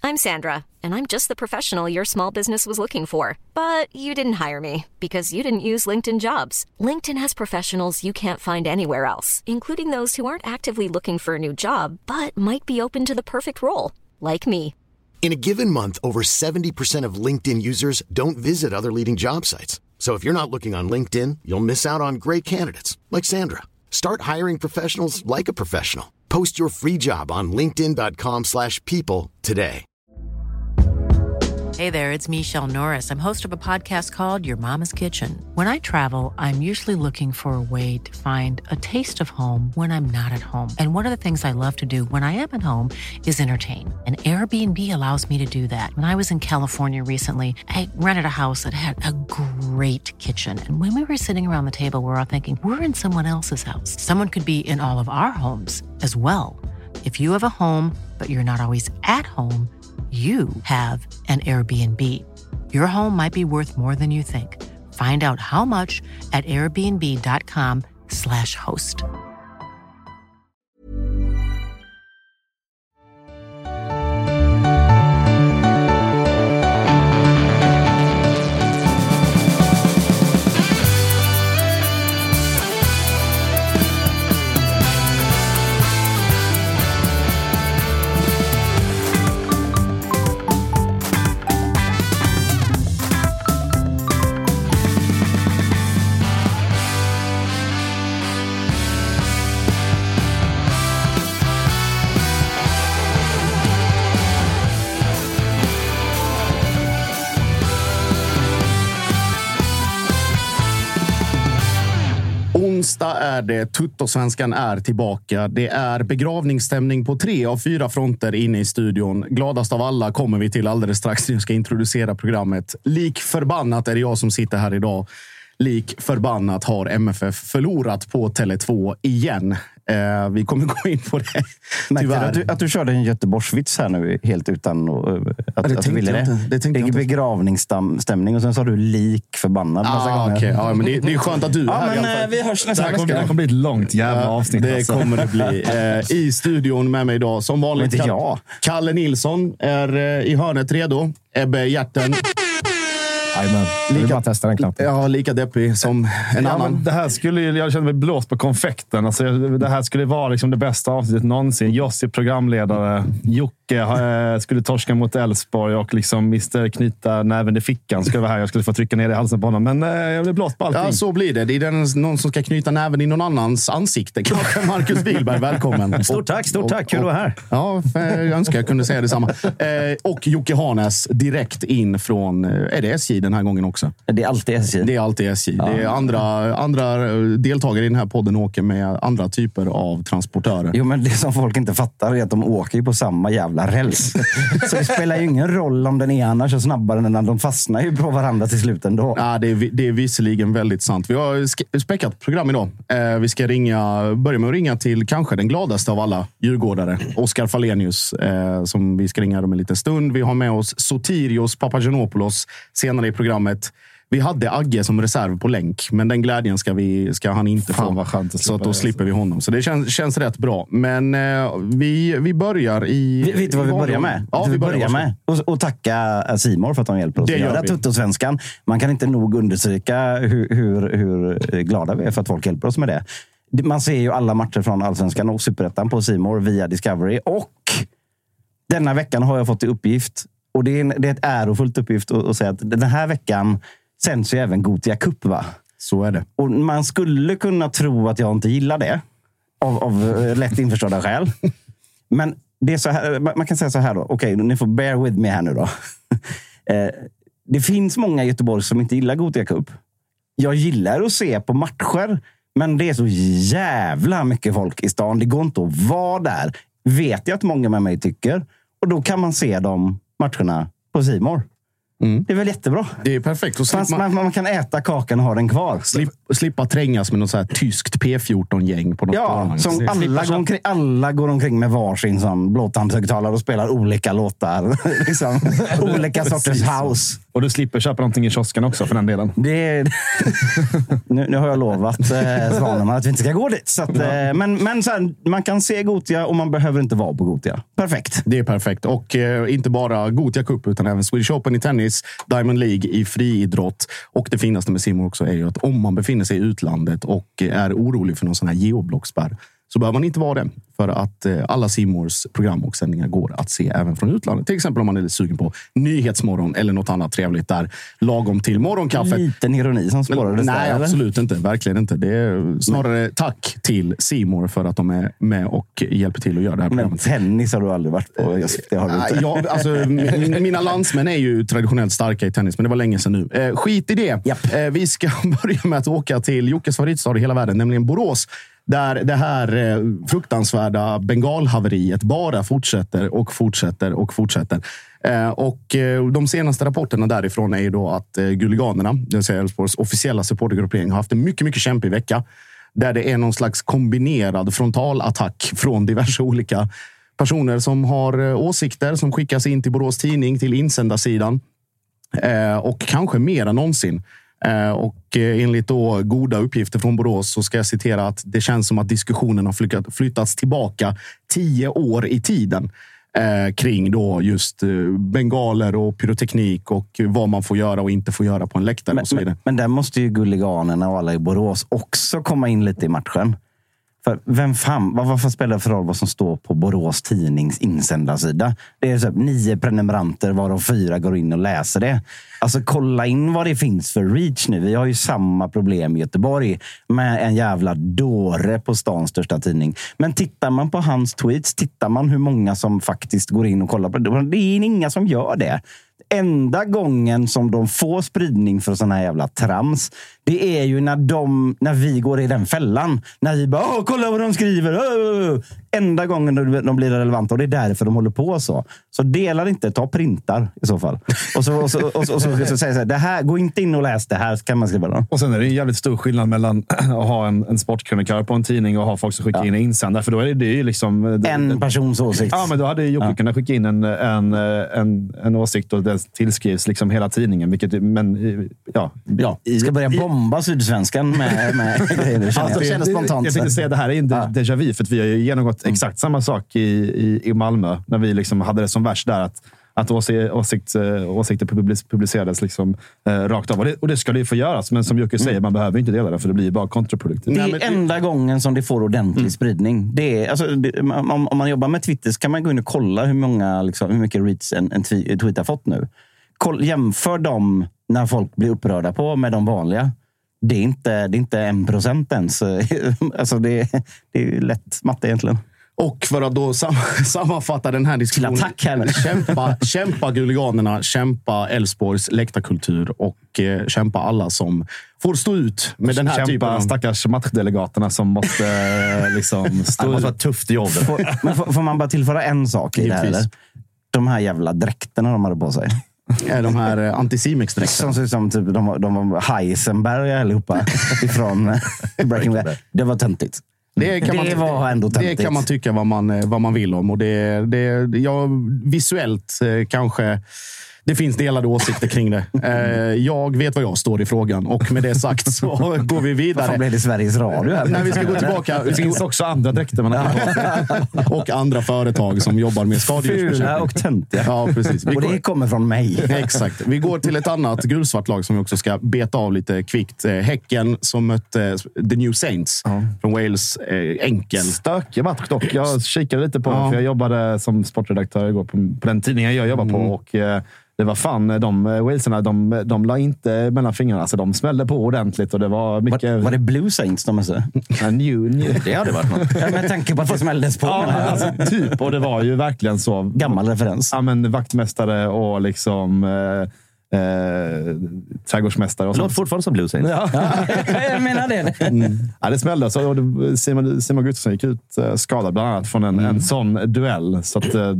I'm Sandra, and I'm just the professional your small business was looking for. But you didn't hire me because you didn't use LinkedIn Jobs. LinkedIn has professionals you can't find anywhere else, including those who aren't actively looking for a new job, but might be open to the perfect role, like me. In a given month, over 70% of LinkedIn users don't visit other leading job sites. So if you're not looking on LinkedIn, you'll miss out on great candidates like Sandra. Start hiring professionals like a professional. Post your free job on linkedin.com/people today. Hey there, it's Michelle Norris. I'm host of a podcast called Your Mama's Kitchen. When I travel, I'm usually looking for a way to find a taste of home when I'm not at home. And one of the things I love to do when I am at home is entertain. And Airbnb allows me to do that. When I was in California recently, I rented a house that had a great kitchen. And when we were sitting around the table, we're all thinking, we're in someone else's house. Someone could be in all of our homes as well. If you have a home, but you're not always at home, you have an Airbnb. Your home might be worth more than you think. Find out how much at airbnb.com/host. Onsdag är det, Tuttosvenskan är tillbaka. Det är begravningsstämning på 3 av 4 fronter inne i studion. Gladast av alla kommer vi till alldeles strax när jag ska introducera programmet. Lik förbannat är det jag som sitter här idag. Lik förbannat har MFF förlorat på Tele2 igen. Vi kommer gå in på det. Märkte att du körde en Göteborgsvits här nu helt utan att du ville det? Det är begravningsstämning och sen sa du lik förbannad. Okay. Ja, men det är skönt att du är här. Men vi hörs nästa vecka. Det kommer bli ett långt jävla avsnitt. Det kommer det bli. I studion med mig idag som vanligt. Kalle Nilsson är i hörnet redo. Ebbe Hjärten. Lika deppig som en annan. Det här skulle jag kände mig blåst på konfekten. Alltså, det här skulle vara liksom det bästa avsnittet någonsin. Jossi programledare, Jocke skulle torska mot Elfsborg och liksom Mr. knyta näven i fickan skulle vara här. Jag skulle få trycka ner det i halsen på honom. Men jag blev blåst på allting. Ja, så blir det. Det är någon som ska knyta näven i någon annans ansikte. Kanske Marcus Wilberg, välkommen. Stort tack. Kul att vara här. Ja, jag önskar jag kunde säga detsamma. Och Jocke Hanes direkt in från, är det SJ den här gången också? Det är alltid SJ. Det är alltid SJ. Ja. Det är andra deltagare i den här podden åker med andra typer av transportörer. Jo, men det som folk inte fattar är att de åker på samma jävla räls. Så det spelar ju ingen roll om den ena kör snabbare än de fastnar ju på varandra till slut ändå. Ja, det är visserligen väldigt sant. Vi har späckat program idag. Vi ska börja med att ringa till kanske den gladaste av alla djurgårdare. Oskar Falenius, som vi ska ringa om en liten stund. Vi har med oss Sotirios Papagenopoulos senare i programmet. Vi hade Agge som reserv på länk, men den glädjen ska han inte få. Så att då slipper vi honom. Så det känns rätt bra. Men vi börjar i... Vet du vad vi börjar med? Ja, vi börjar med. Och tacka Simor för att de hjälper oss. Det gör Tuttosvenskan. Man kan inte nog undersöka hur glada vi är för att folk hjälper oss med det. Man ser ju alla matcher från Allsvenskan och Superettan på Simor via Discovery. Och denna veckan har jag fått i uppgift, och det är ett ärofullt uppgift att säga att den här veckan sänds ju även Gothia Cup, va? Så är det. Och man skulle kunna tro att jag inte gillar det. Av lätt införstådda skäl. Men det är så här, man kan säga så här då. Okej, ni får bear with me här nu då. Det finns många i Göteborg som inte gillar Gothia Cup. Jag gillar att se på matcher. Men det är så jävla mycket folk i stan. Det går inte att vara där. Vet jag att många med mig tycker. Och då kan man se de matcherna på Simor. Mm. Det är väl jättebra. Det är perfekt. Man kan äta kakan och ha den kvar. Slippa trängas med något så här tyskt P14-gäng på något plan. Som alla går omkring med varsin sån blåtandshögtalare och spelar olika låtar. Liksom, olika sorters house. Och du slipper köpa någonting i kiosken också för den delen. Nu har jag lovat Svanemar att vi inte ska gå dit. Så att, men så här, man kan se Gothia och man behöver inte vara på Gothia. Perfekt. Det är perfekt. Och inte bara Gothia Cup utan även Swedish Open i tennis, Diamond League i friidrott. Och det finaste med C More också är ju att om man befinner sig i utlandet och är orolig för någon sån här geoblockspärr, så behöver man inte vara det. För att alla C Mores program och sändningar går att se även från utlandet. Till exempel om man är lite sugen på Nyhetsmorgon eller något annat trevligt där. Lagom till morgonkaffet. Liten ironi som spårades där. Nej, absolut inte. Verkligen inte. Det är snarare tack till C More för att de är med och hjälper till att göra det här programmet. Men tennis har du aldrig varit på. Det har du inte. Ja, alltså, mina landsmän är ju traditionellt starka i tennis, men det var länge sedan nu. Skit i det. Japp. Vi ska börja med att åka till Jockes favoritstad i hela världen, nämligen Borås. Där det här fruktansvärda bengalhaveriet bara fortsätter och fortsätter och fortsätter. Och de senaste rapporterna därifrån är ju då att Guliganerna, det vill säga Elfsborgs officiella supportergruppering, har haft en mycket, mycket kämpig vecka. Där det är någon slags kombinerad frontalattack från diverse olika personer som har åsikter som skickas in till Borås Tidning, till insändarsidan. Och kanske mer än någonsin. Och enligt då goda uppgifter från Borås så ska jag citera att det känns som att diskussionen har flyttats tillbaka 10 år i tiden kring då just bengaler och pyroteknik och vad man får göra och inte får göra på en läktare och så vidare. Men där måste ju Guliganerna och alla i Borås också komma in lite i matchen. För vem fan, varför spelar det för roll vad som står på Borås Tidnings insändarsida? Det är så 9 prenumeranter varav 4 går in och läser det. Alltså kolla in vad det finns för reach nu. Vi har ju samma problem i Göteborg med en jävla dåre på stans största tidning. Men tittar man på hans tweets, tittar man hur många som faktiskt går in och kollar på det. Det är inga som gör det. Enda gången som de får spridning för såna här jävla trams, det är ju när vi går i den fällan. När vi bara, kolla vad de skriver. Enda gången de blir relevanta, och det är därför de håller på så. Så delar inte, ta printar i så fall. Och så säger så här, det här, gå inte in och läs det här, så kan man skriva då. Och sen är det en jävligt stor skillnad mellan att ha en sportkrönikör på en tidning och ha folk som skickar in insändare. För då är det ju liksom... En persons åsikt. Ja, men då hade Jocke kunnat skicka in en åsikt och det tillskrivs liksom hela tidningen. Vilket, men ja. Ska börja bomba Sydsvenskan med grejer. Det känns spontant. Jag tänkte säga, det här är inte déjà vu, för att vi har ju genomgått exakt samma sak i Malmö. När vi liksom hade det som värst där, att åsikter publicerades liksom, rakt av. Och det ska det ju få göras, men som Jocke säger, man behöver inte dela det, för det blir bara kontraproduktivt. Det är enda gången som det får ordentlig spridning. Det är, alltså, om man jobbar med Twitter så kan man gå in och kolla hur mycket reach en tweet har fått nu. Jämför dem när folk blir upprörda på med de vanliga. Det är inte 1% ens. Alltså det är lätt matte egentligen. Och för att då sammanfatta den här diskussionen. Kämpa Guliganerna, kämpa Elfsborgs läktarkultur och kämpa alla som får stå ut med den här typen av... stackars matchdelegaterna som måste liksom stå ut. Det måste vara ett tufft jobb. Men får man bara tillföra en sak i det här, eller? De här jävla dräkterna de hade på sig. De här Anticimex-dräkterna. Som ser ut som typ, de var Heisenberg allihopa ifrån Breaking Bad. Det var töntigt. Det kan man tycka vad man vill om. Och visuellt kanske det finns delade åsikter kring det. Jag vet vad jag står i frågan. Och med det sagt så går vi vidare. Varför blev det Sveriges Radio här? Nej, vi ska gå tillbaka. Det finns också andra dräkter. Och andra företag som jobbar med skadedjursbekämpning. Fula och töntiga. Ja, precis. Och det kommer från mig. Exakt. Vi går till ett annat gulsvart lag som vi också ska beta av lite kvickt. Häcken som mötte The New Saints från Wales. Enkel. Stökig match dock. Jag kikade lite på den, för jag jobbade som sportredaktör igår på den tidningen jag jobbar på. Och det var fan, Walesarna, de la inte mellan fingrarna. Alltså, de smällde på ordentligt och det var mycket... Var det Blue Saints de alltså? New. Det hade varit något. Ja, med tanke på att det smälldes på. Alltså, typ, och det var ju verkligen så... Gammal referens. Ja, men vaktmästare och liksom... trädgårdsmästare och sånt. Låt fortfarande som Blue Saints. Ja. Jag menar det. Ja, det smällde. Så Simon Gustafsson gick ut skadad bland annat från en sån duell. Så att...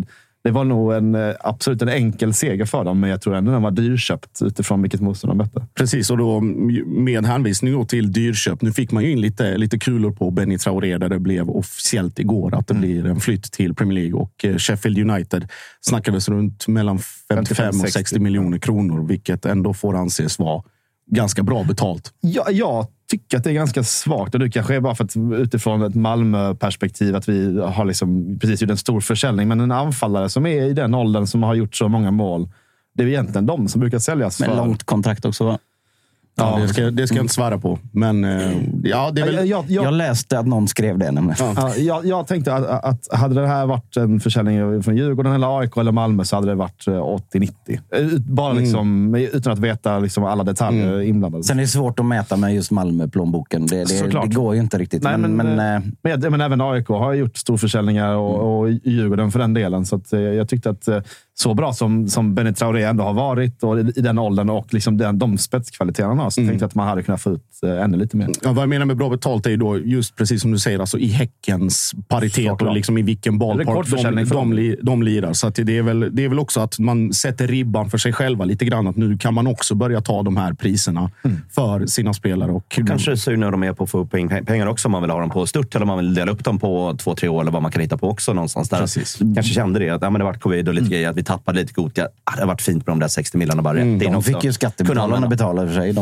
Det var nog absolut en enkel seger för dem, men jag tror ändå den var dyrköpt utifrån vilket motstånd de mötte. Precis, och då med hänvisning till dyrköp. Nu fick man ju in lite kulor på Benny Traoré där det blev officiellt igår att det blir en flytt till Premier League. Och Sheffield United snackades runt mellan 55 och 60 miljoner kronor, vilket ändå får anses vara ganska bra betalt. Ja, jag tycker att det är ganska svagt, och det kanske är bara för att utifrån ett Malmö-perspektiv att vi har liksom precis gjort en stor försäljning, men en anfallare som är i den åldern som har gjort så många mål, det är egentligen de som brukar säljas. Men långt kontrakt också, va? Ja, det ska jag inte svära på. Men ja, det är väl... Jag läste att någon skrev det nämligen. Ja. Jag tänkte att hade det här varit en försäljning från Djurgården eller AIK eller Malmö så hade det varit 80-90. Bara liksom, utan att veta liksom alla detaljer inblandade. Sen är det svårt att mäta med just Malmö-plånboken. Det går ju inte riktigt. Nej, men även AIK har gjort storförsäljningar och Djurgården för den delen. Så att, jag tyckte att så bra som Benny Traoré ändå har varit och i den åldern och liksom de spetskvaliteterna, så tänkte jag att man hade kunnat få ut ännu lite mer. Ja, vad jag menar med bra betalt är ju då just precis som du säger, alltså i Häckens paritet och liksom i vilken ballpark de lirar. Så att det är väl också att man sätter ribban för sig själva lite grann, att nu kan man också börja ta de här priserna för sina spelare. Och kanske så när de är på att få upp pengar också, om man vill ha dem på stort eller man vill dela upp dem på 2-3 år eller vad man kan hitta på också någonstans där. Precis. Kanske kände det att det varit covid och lite grejer, att vi tappade lite god. Det hade varit fint på de där 60 millarna bara rätt in de också. Fick ju skattebetalarna betala för sig.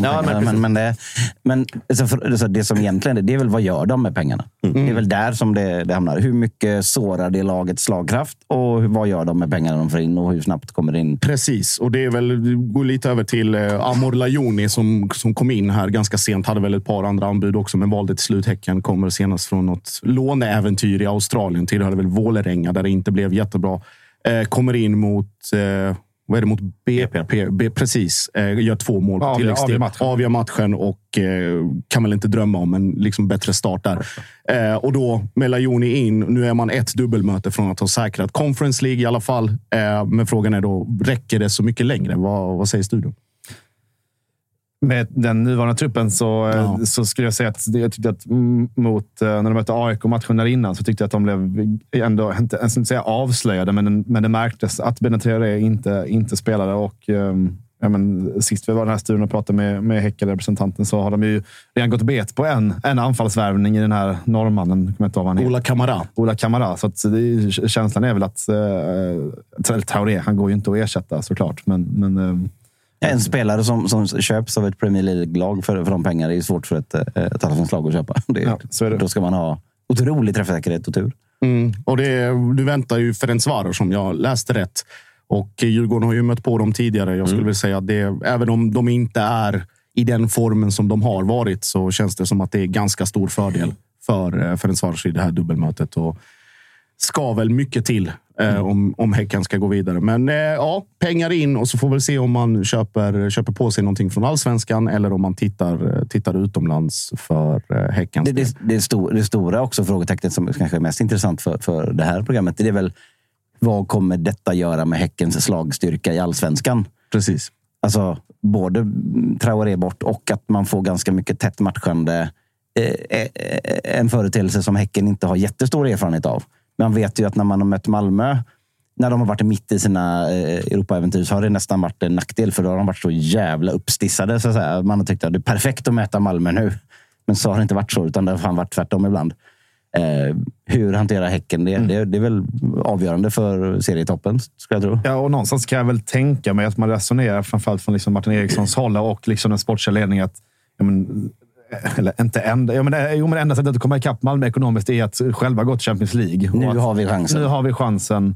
Men det som egentligen det är väl vad gör de med pengarna? Det är väl där som det hamnar. Hur mycket sårar det lagets slagkraft och vad gör de med pengarna de får in och hur snabbt kommer det in? Precis, och det är väl går lite över till Amor Lajoni som kom in här ganska sent. Hade väl ett par andra anbud också, men valde till slut Häcken. Kommer senast från något låneäventyr i Australien. Tillhörde väl Vålerenga där det inte blev jättebra. Kommer in mot vad är det mot BP? Precis. Gör 2 mål på tilläggstid. Avgör matchen och kan väl inte drömma om en liksom bättre start där. Och då med Lajoni in. Nu är man ett dubbelmöte från att ha säkrat Conference League i alla fall. Men frågan är då, räcker det så mycket längre? Vad säger studion? Med den nuvarande truppen så skulle jag säga att jag tyckte att när de mötte AIK-matchen där innan så tyckte jag att de blev ändå, inte säga avslöjade, men det märktes att Benny Traoré inte spelade. Och sist vi var i den här studion och pratade med Häcken-representanten så har de ju redan gått bet på en anfallsvärvning i den här norrmannen. Ola Kamara. Så att känslan är väl att Traoré, han går ju inte att ersätta såklart, men en spelare som köps av ett Premier League-lag för de pengar är svårt för ett allsvenskt att köpa. Då ska man ha otrolig träffsäkerhet och tur. Och du väntar ju Ferencvaros som jag läste rätt. Och Djurgården har ju mött på dem tidigare. Jag skulle vilja säga att även om de inte är i den formen som de har varit, så känns det som att det är ganska stor fördel för Ferencvaros i det här dubbelmötet. Och ska väl mycket till om Häcken ska gå vidare. Men pengar in och så får vi se om man köper på sig någonting från Allsvenskan eller om man tittar utomlands för Häcken. Det stora också frågetecknet som kanske är mest intressant för det här programmet, det är väl vad kommer detta göra med Häckens slagstyrka i Allsvenskan? Precis. Alltså både Traoré bort och att man får ganska mycket tätt matchande, en företeelse som Häcken inte har jättestor erfarenhet av. Man vet ju att när man har mött Malmö, när de har varit mitt i sina Europa-äventyr, så har det nästan varit en nackdel, för då har de varit så jävla uppstissade. Så att säga. Man har tyckt att det är perfekt att möta Malmö nu. Men så har det inte varit så, utan det har fan varit tvärtom ibland. Hur hanterar Häcken det? Det är väl avgörande för serietoppen, skulle jag tro. Ja, och någonstans kan jag väl tänka mig att man resonerar framförallt från liksom Martin Erikssons håll och liksom den sportsliga ledningen att eller inte enda. Men det enda sättet att komma ikapp Malmö ekonomiskt är att själva gå till Champions League. Nu har vi chansen.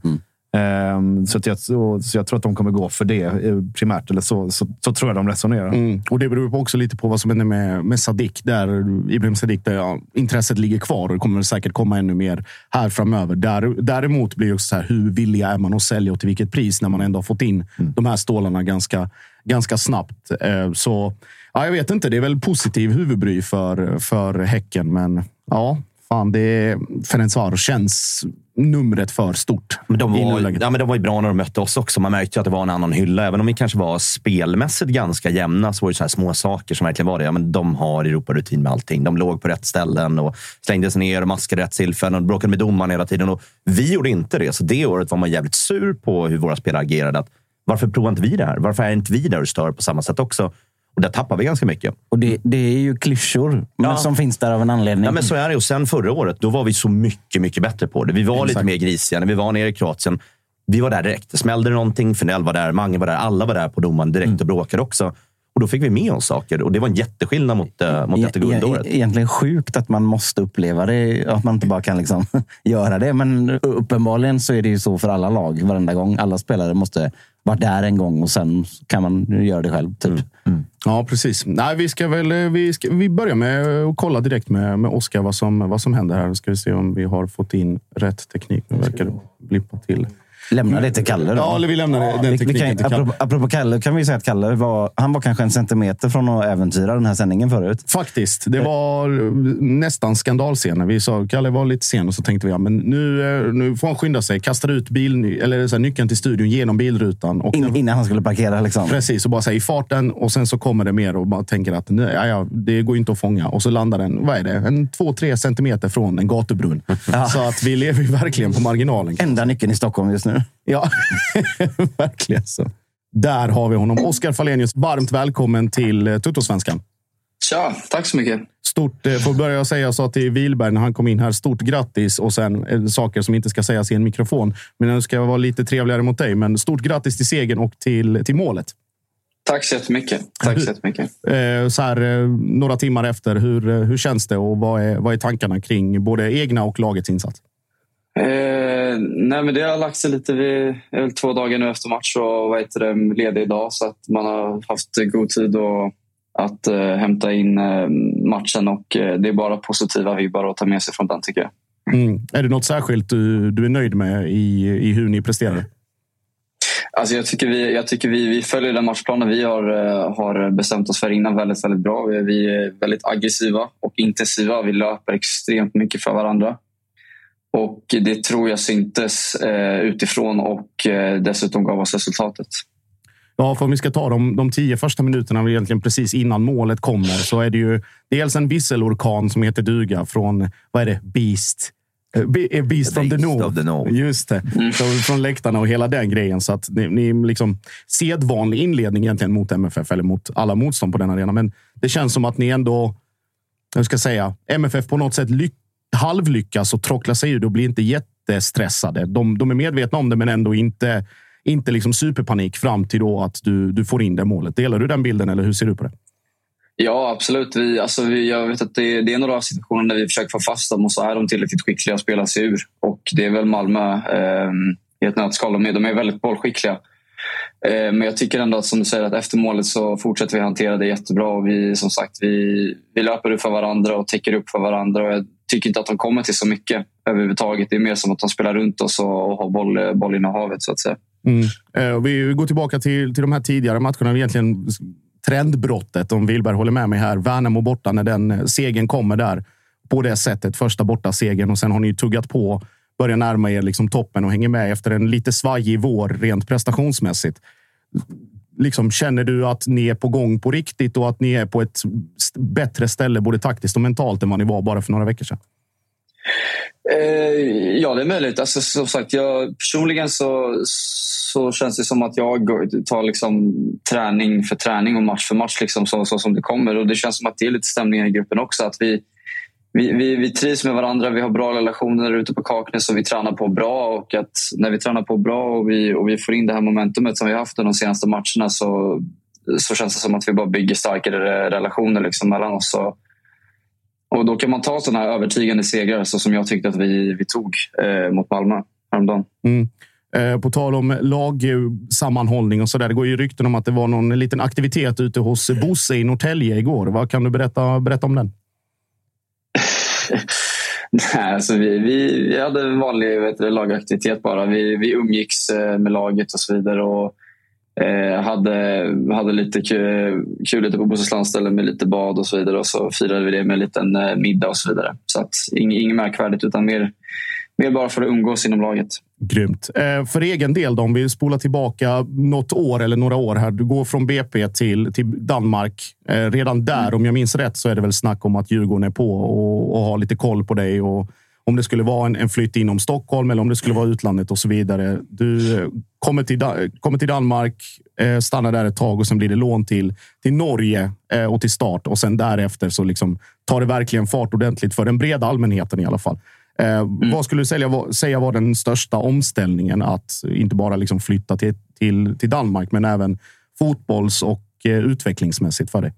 Så jag tror att de kommer gå för det primärt. Eller så tror jag de resonerar. Och det beror också lite på vad som händer med Sadik. Ibrahim Sadik, där intresset ligger kvar. Och det kommer säkert komma ännu mer här framöver. Däremot blir det också så här, hur villiga är man att sälja och till vilket pris när man ändå har fått in de här stålarna ganska snabbt. Så ja, jag vet inte, det är väl positiv huvudbry för Häcken, men ja, fan, Ferencvaros känns numret för stort. Men de var ju bra när de mötte oss också. Man märkte ju att det var en annan hylla. Även om vi kanske var spelmässigt ganska jämna, så var det så här små saker som verkligen var det. Ja, men de har Europa-rutin med allting. De låg på rätt ställen och slängde sig ner och maskade rätt tillfällen och bråkade med domaren hela tiden. Och vi gjorde inte det. Så det året var man jävligt sur på hur våra spelare agerade. Att, varför provar inte vi det här? Varför är inte vi där och stör på samma sätt också? Och där tappar vi ganska mycket. Och det är ju klyschor som finns där av en anledning. Ja, men så är det. Och sen förra året, då var vi så mycket, mycket bättre på det. Vi var lite mer grisiga när vi var nere i Kroatien. Vi var där direkt. Det smällde någonting. Fernell var där, Mange var där. Alla var där på domaren direkt och bråkade också. Och då fick vi med oss saker. Och det var en jätteskillnad mot detta guldåret. Egentligen sjukt att man måste uppleva det. Att man inte bara kan liksom göra det. Men uppenbarligen så är det ju så för alla lag. Varenda gång. Alla spelare måste vara där en gång och sen kan man göra det själv. Typ. Ja, precis. Nej, vi börjar med att kolla direkt med Oskar vad som händer här. Ska vi se om vi har fått in rätt teknik. Nu verkar det blippa till. Lämna det till Kalle då. Ja, eller vi lämnar den tekniken till Kalle. Apropå Kalle kan vi säga att Kalle var kanske en centimeter från att äventyra den här sändningen förut. Faktiskt. Det var nästan skandalscener. Vi sa Kalle var lite sen och så tänkte vi men nu får han skynda sig. Kastar ut nyckeln till studion genom bilrutan. Och innan han skulle parkera liksom. Precis, och bara säga i farten och sen så kommer det mer och bara tänker att det går inte att fånga. Och så landar den, vad är det? 2-3 centimeter från en gatubrunn. Så att vi lever ju verkligen på marginalen. Enda nyckeln i Stockholm just nu. Ja, verkligen så. Där har vi honom. Oskar Fallenius, varmt välkommen till Tuttosvenskan. Tja, tack så mycket. Stort, får börja säga, jag sa till Wilberg när han kom in här, stort grattis och sen saker som inte ska sägas i en mikrofon. Men nu ska jag vara lite trevligare mot dig, men stort grattis till segern och till målet. Tack så jättemycket. Så här, några timmar efter, hur känns det och vad är tankarna kring både egna och lagets insats? Nej, men det har lagt sig lite. Vi är väl 2 dagar nu efter match och ledig idag, så att man har haft god tid att hämta in matchen och det är bara positiva vibbar att ta med sig från den, tycker jag. Är det något särskilt du är nöjd med i hur ni presterar? Alltså jag tycker vi följer den matchplanen vi har bestämt oss för innan väldigt, väldigt bra. Vi är väldigt aggressiva och intensiva. Vi löper extremt mycket för varandra. Och det tror jag syntes utifrån och dessutom gav oss resultatet. Ja, för om vi ska ta de 10 första minuterna egentligen precis innan målet kommer, så är det ju dels en visselorkan som heter duga från, vad är det? Beast from the North. Just det. Från läktarna och hela den grejen. Så att ni liksom sedvanlig inledning egentligen mot MFF eller mot alla motstånd på den arenan. Men det känns som att ni ändå, jag ska säga, MFF på något sätt halvlyckas och trocklar sig ur och blir inte jättestressade. De är medvetna om det, men ändå inte liksom superpanik fram till då att du får in det målet. Delar du den bilden eller hur ser du på det? Ja, absolut. Jag vet att det är några situationer där vi försöker få fast dem och så är de tillräckligt skickliga att spela sig ur. Och det är väl Malmö i ett nötskal. De är väldigt bollskickliga. Men jag tycker ändå att, som du säger, att efter målet så fortsätter vi hantera det jättebra. Och vi löper upp för varandra och täcker upp för varandra. Och jag tycker inte att de kommer till så mycket överhuvudtaget. Det är mer som att de spelar runt oss och har boll i havet, så att säga. Vi går tillbaka till de här tidigare matcherna. Egentligen trendbrottet, om Wilberg håller med mig här. Värnamo borta, när den segern kommer där på det sättet. Första borta segern och sen har ni tuggat på, börjar närma er liksom toppen och hänger med efter en lite svajig vår rent prestationsmässigt. Liksom, känner du att ni är på gång på riktigt och att ni är på ett bättre ställe både taktiskt och mentalt än vad ni var bara för några veckor sedan? Ja, det är möjligt. Alltså, som sagt, personligen så känns det som att jag tar liksom träning för träning och match för match liksom, så som det kommer. Och det känns som att det är lite stämningen i gruppen också. Att vi trivs med varandra, vi har bra relationer ute på Kaknäs och vi tränar på bra. Och att när vi tränar på bra och vi får in det här momentumet som vi har haft de senaste matcherna, så känns det som att vi bara bygger starkare relationer liksom mellan oss. Och då kan man ta sådana här övertygande segrar, så som jag tyckte att vi tog mot Malmö häromdagen. På tal om lagsammanhållning och sådär. Det går ju rykten om att det var någon liten aktivitet ute hos Bosse i Norrtälje igår. Vad kan du berätta om den? Nej, alltså vi hade en vanlig lagaktivitet bara. Vi umgicks med laget och så vidare och hade lite kul ute på Bosses landställe med lite bad och så vidare, och så firade vi det med en liten middag och så vidare. Så att inget märkvärdigt, utan mer Mer bara för att umgås inom laget. Grymt. För egen del då, om vi spolar tillbaka något år eller några år här. Du går från BP till Danmark. Redan där, om jag minns rätt, så är det väl snack om att Djurgården är på och har lite koll på dig. Och om det skulle vara en flytt inom Stockholm eller om det skulle vara utlandet och så vidare. Du kommer till Danmark, stannar där ett tag och sen blir det lån till Norge och till Start. Och sen därefter så liksom tar det verkligen fart ordentligt för den breda allmänheten i alla fall. Vad skulle du säga var den största omställningen att inte bara liksom flytta till Danmark men även fotbolls- och utvecklingsmässigt för dig?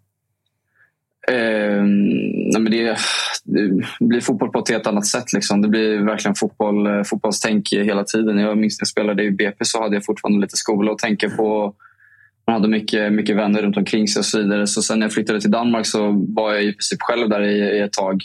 Men det blir fotboll på ett helt annat sätt. Liksom. Det blir verkligen fotbollstänk hela tiden. Jag minns när jag spelade i BP så hade jag fortfarande lite skola att tänka på. Man hade mycket vänner runt omkring sig och så vidare. Så sen när jag flyttade till Danmark så var jag i princip själv där i ett tag.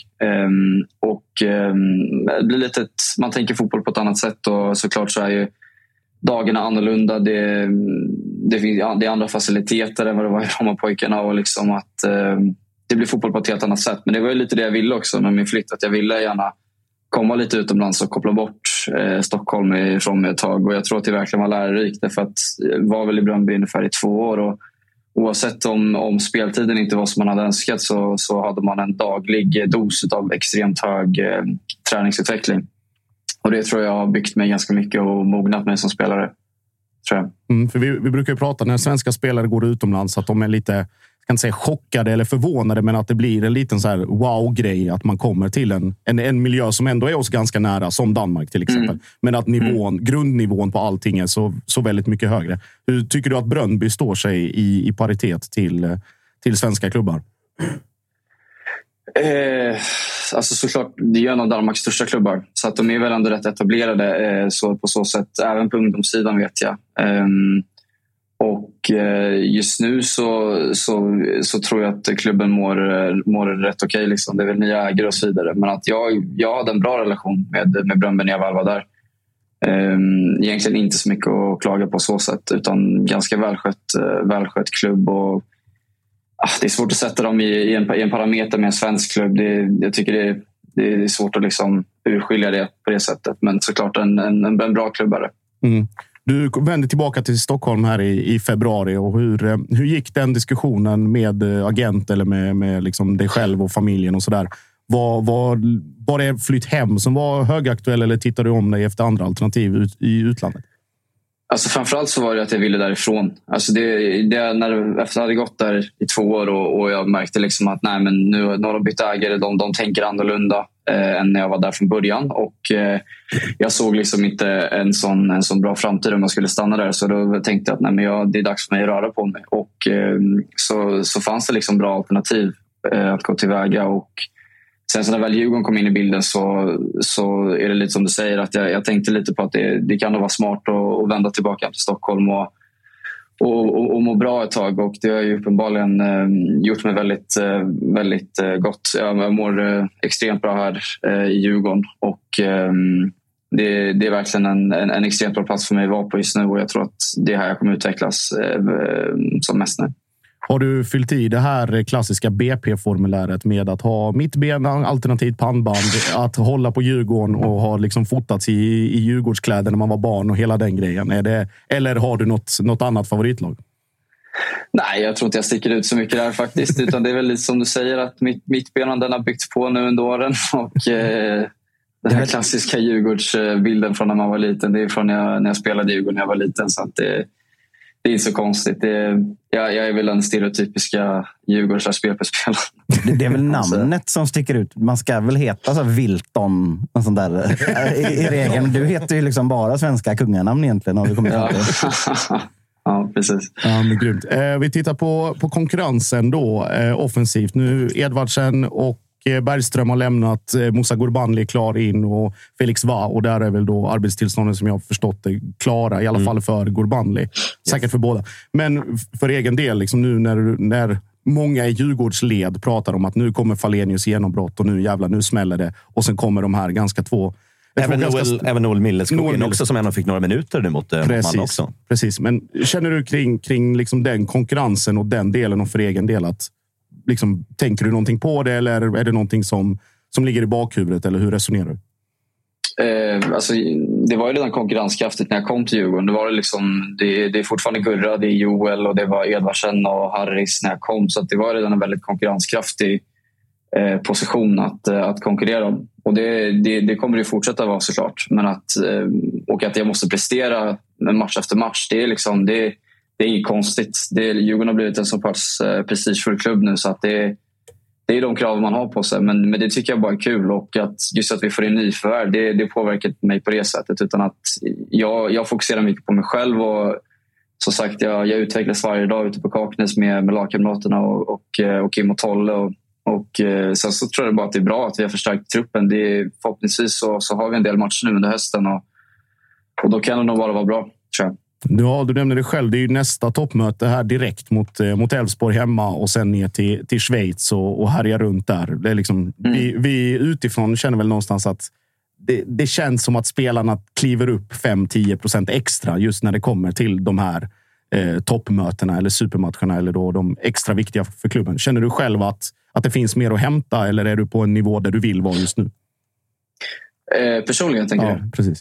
Det blir lite man tänker fotboll på ett annat sätt och såklart så är ju dagarna annorlunda. Det är andra faciliteter än vad det var i Roma-pojkarna och liksom att det blir fotboll på ett helt annat sätt. Men det var ju lite det jag ville också med min flytt. Att jag ville gärna komma lite utomlands och koppla bort Stockholm ifrån mig ett tag. Och jag tror att det verkligen var lärorikt. Därför att jag var väl i Bröndby ungefär i 2 år. Och oavsett om speltiden inte var som man hade önskat så hade man en daglig dos av extremt hög träningsutveckling. Och det tror jag har byggt mig ganska mycket och mognat mig som spelare. Tror jag. För vi brukar ju prata när svenska spelare går utomlands att de är lite, jag kan inte säga chockade eller förvånade, men att det blir en liten så här wow-grej att man kommer till en miljö som ändå är oss ganska nära, som Danmark till exempel. Men att grundnivån på allting är så väldigt mycket högre. Hur tycker du att Bröndby står sig i paritet till svenska klubbar? Alltså såklart, det är en av Danmarks största klubbar. Så att de är väl ändå rätt etablerade så på så sätt. Även på ungdomssidan vet jag. Och just nu så tror jag att klubben mår rätt okej. Liksom. Det är väl nya ägare och så vidare. Men att jag hade en bra relation med Bröndby när jag väl var där. Egentligen inte så mycket att klaga på så sätt. Utan ganska välskött klubb. Och det är svårt att sätta dem i en parameter med en svensk klubb. Jag tycker det är svårt att liksom urskilja det på det sättet. Men såklart en bra klubbare. Du vände tillbaka till Stockholm här i februari. Och hur gick den diskussionen med agent eller med liksom dig själv och familjen och sådär? Var det flytt hem som var högaktuell eller tittade du om dig efter andra alternativ i utlandet? Alltså framförallt så var det att jag ville därifrån. Alltså efter jag hade gått där i 2 år och jag märkte liksom att nej, men nu har de bytt ägare. De tänker annorlunda än när jag var där från början. Och jag såg liksom inte en sån bra framtid om jag skulle stanna där. Så då tänkte jag att nej, men det är dags för mig att röra på mig. Och så fanns det liksom bra alternativ att gå tillväga. Och sen så när väl Djurgården kom in i bilden så är det lite som du säger att jag tänkte lite på att det kan nog vara smart att vända tillbaka till Stockholm och må bra ett tag. Och det har ju uppenbarligen gjort mig väldigt, väldigt gott. Jag mår extremt bra här i Djurgården och det är verkligen en extremt bra plats för mig att vara på just nu och jag tror att det här jag kommer utvecklas som mest nu. Har du fyllt i det här klassiska BP-formuläret med att ha mittben, alternativt pannband, att hålla på Djurgården och ha liksom fotats i Djurgårdskläder när man var barn och hela den grejen? Eller har du något annat favoritlag? Nej, jag tror inte jag sticker ut så mycket där faktiskt. Utan det är väl lite som du säger att mittbenen den har byggts på nu under åren. Och den här klassiska Djurgårdsbilden från när man var liten, det är från när jag spelade Djurgården när jag var liten. Så att det är inte så konstigt. Jag är väl den stereotypiska Djurgårdens spelspelaren. Det är väl namnet som sticker ut. Man ska väl heta så Wilton och sånt där i regeln. Du heter ju liksom bara svenska kunganamn egentligen. Har vi kommit fram till. Ja, precis. Ja, men grymt. Vi tittar på konkurrensen då offensivt. Nu Edvardsen och Bergström har lämnat, Moussa Gurbanli är klar in och Felix Va, och där är väl då arbetstillstånden som jag har förstått är klara, i alla fall för Gurbanli. Säkert för båda. Men för egen del, liksom nu när många i Djurgårdsled pratar om att nu kommer Falenius genombrott och nu smäller det, och sen kommer de här ganska två... Även Noel Milleskog också, som ändå fick några minuter nu mot man också. Precis, men känner du kring liksom den konkurrensen och den delen, och för egen del att liksom, tänker du någonting på det, eller är det någonting som ligger i bakhuvudet, eller hur resonerar du? Alltså, det var ju redan konkurrenskraftigt när jag kom till Djurgården. Det var det är fortfarande Gurra, det är Joel och det var Edvardsen och Harris när jag kom. Så att det var redan en väldigt konkurrenskraftig position att konkurrera om. Och det kommer det fortsätta vara såklart. Men att jag måste prestera match efter match, det är inget konstigt. Djurgården har blivit en så pass prestigefull klubb nu så att det är de krav man har på sig. Men det tycker jag bara är kul. Och att just att vi får in nyförvärv, det påverkar mig på det sättet. Utan att jag fokuserar mycket på mig själv. Och som sagt, jag utvecklas varje dag ute på Kaknäs med lagkamraterna och Kim och Tolle. Och sen så tror jag bara att det är bra att vi har förstärkt truppen. Förhoppningsvis så har vi en del matcher nu under hösten. Och då kan det nog bara vara bra, tror jag. Ja, du nämnde det själv. Det är ju nästa toppmöte här direkt mot Elfsborg hemma och sen ner till Schweiz och härja runt där. Det är liksom, vi utifrån känner väl någonstans att det känns som att spelarna kliver upp 5-10% extra just när det kommer till de här toppmötena eller supermatcherna eller då de extra viktiga för klubben. Känner du själv att det finns mer att hämta eller är du på en nivå där du vill vara just nu? Personligen tänker du? Ja, precis.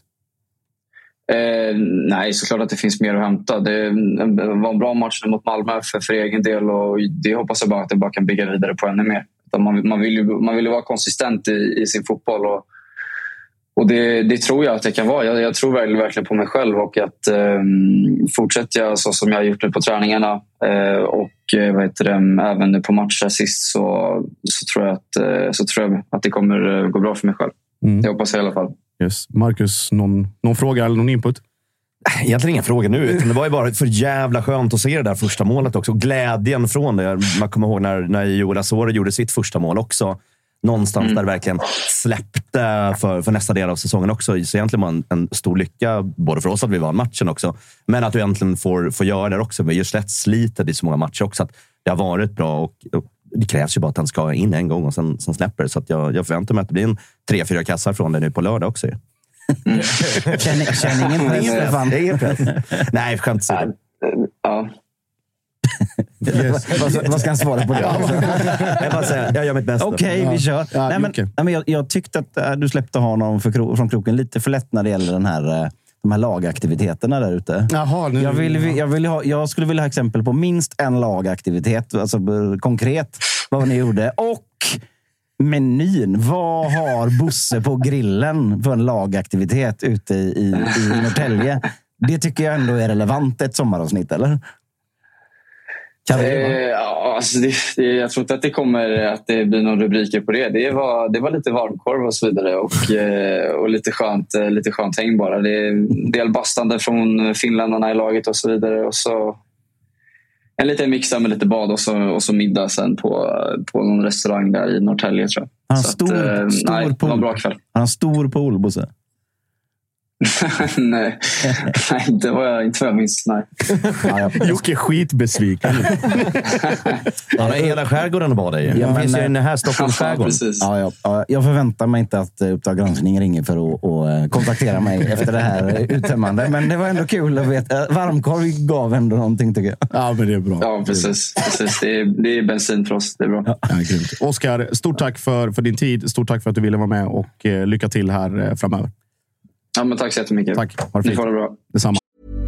Nej, såklart att det finns mer att hämta. Det var en bra match mot Malmö för egen del och det hoppas jag bara att det bara kan bygga vidare på ännu mer. Man vill ju vara konsistent i sin fotboll och det tror jag att det kan vara. Jag tror verkligen på mig själv och att fortsätter jag så som jag har gjort nu på träningarna och även nu på matcher sist så tror jag att det kommer gå bra för mig själv. Det hoppas jag i alla fall. Yes. Marcus, någon fråga eller någon input? Egentligen ingen fråga nu. Det var ju bara för jävla skönt att se det där första målet också. Glädjen från det. Man kommer ihåg när Joel Asore gjorde sitt första mål också. Någonstans där det verkligen släppte för nästa del av säsongen också. Så egentligen var en stor lycka både för oss att vi vann matchen också. Men att du egentligen får göra det också. Vi har ju slätt slitet i så många matcher också. Att det har varit bra och det krävs ju bara att den ska in en gång och sen släpper det. Så att jag förväntar mig att det blir en 3-4 kassar från det nu på lördag också. Känner ingen press, Stefan? Det är ingen press. Nej, skämt så. Ja. Vad ska han svara på det? Jag bara säger, jag gör mitt bästa. Okej, vi kör. Nej, men jag tyckte att du släppte honom från kroken lite för lätt när det gäller de här lagaktiviteterna där ute. Jaha, jag skulle vilja ha exempel på minst en lagaktivitet, alltså konkret vad ni gjorde. Och menyn. Vad har Bosse på grillen för en lagaktivitet ute i Norrtälje? Det tycker jag ändå är relevant ett sommaravsnitt, eller? Alltså jag tror inte att det blir någon rubriker på det. Det var lite varmkorv och så vidare och lite skönt häng bara. Det är en del bastande från finländarna i laget och så vidare och så en liten mixa med lite bad och så middag sen på någon restaurang där i Norrtälje, tror jag. Stor pool. Det var en bra kväll. Han har stor pool, Bosse. Nej, det var jag inte vad jag minns. Nej. Jocke är skitbesviken. Han har hela skärgården att bada i. Jag finns ju i den här Stockholms skärgården. Ja, jag förväntar mig inte att Uppdrag granskning ringer för att kontaktera mig efter det här uttömmande. Men det var ändå kul att veta. Varmkorv gav ändå någonting, tycker jag. Ja, men det är bra. Ja, precis. Det är bensin för oss. Det är bra. Ja, Oskar, stort tack för din tid. Stort tack för att du ville vara med och lycka till här framöver. Ja, men tack så jättemycket. Tack. Ha det fint. Ni får det bra. Detsamma.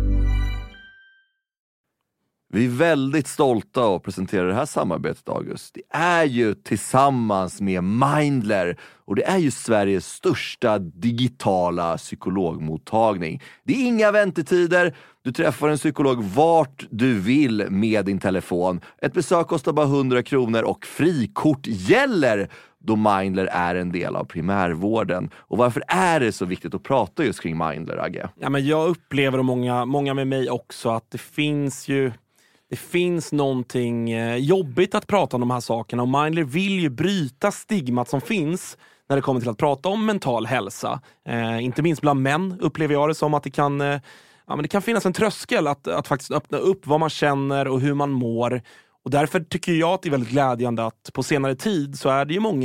Vi är väldigt stolta att presentera det här samarbetet, August. Det är ju tillsammans med Mindler och det är ju Sveriges största digitala psykologmottagning. Det är inga väntetider. Du träffar en psykolog vart du vill med din telefon. Ett besök kostar bara 100 kronor och frikort gäller då Mindler är en del av primärvården. Och varför är det så viktigt att prata just kring Mindler, Agge? Ja, men jag upplever, och många med mig också, att det finns någonting jobbigt att prata om de här sakerna. Och Mindler vill ju bryta stigmat som finns när det kommer till att prata om mental hälsa. Inte minst bland män upplever jag det som att det kan finnas en tröskel att faktiskt öppna upp vad man känner och hur man mår. Och därför tycker jag att det är väldigt glädjande att på senare tid så är det ju många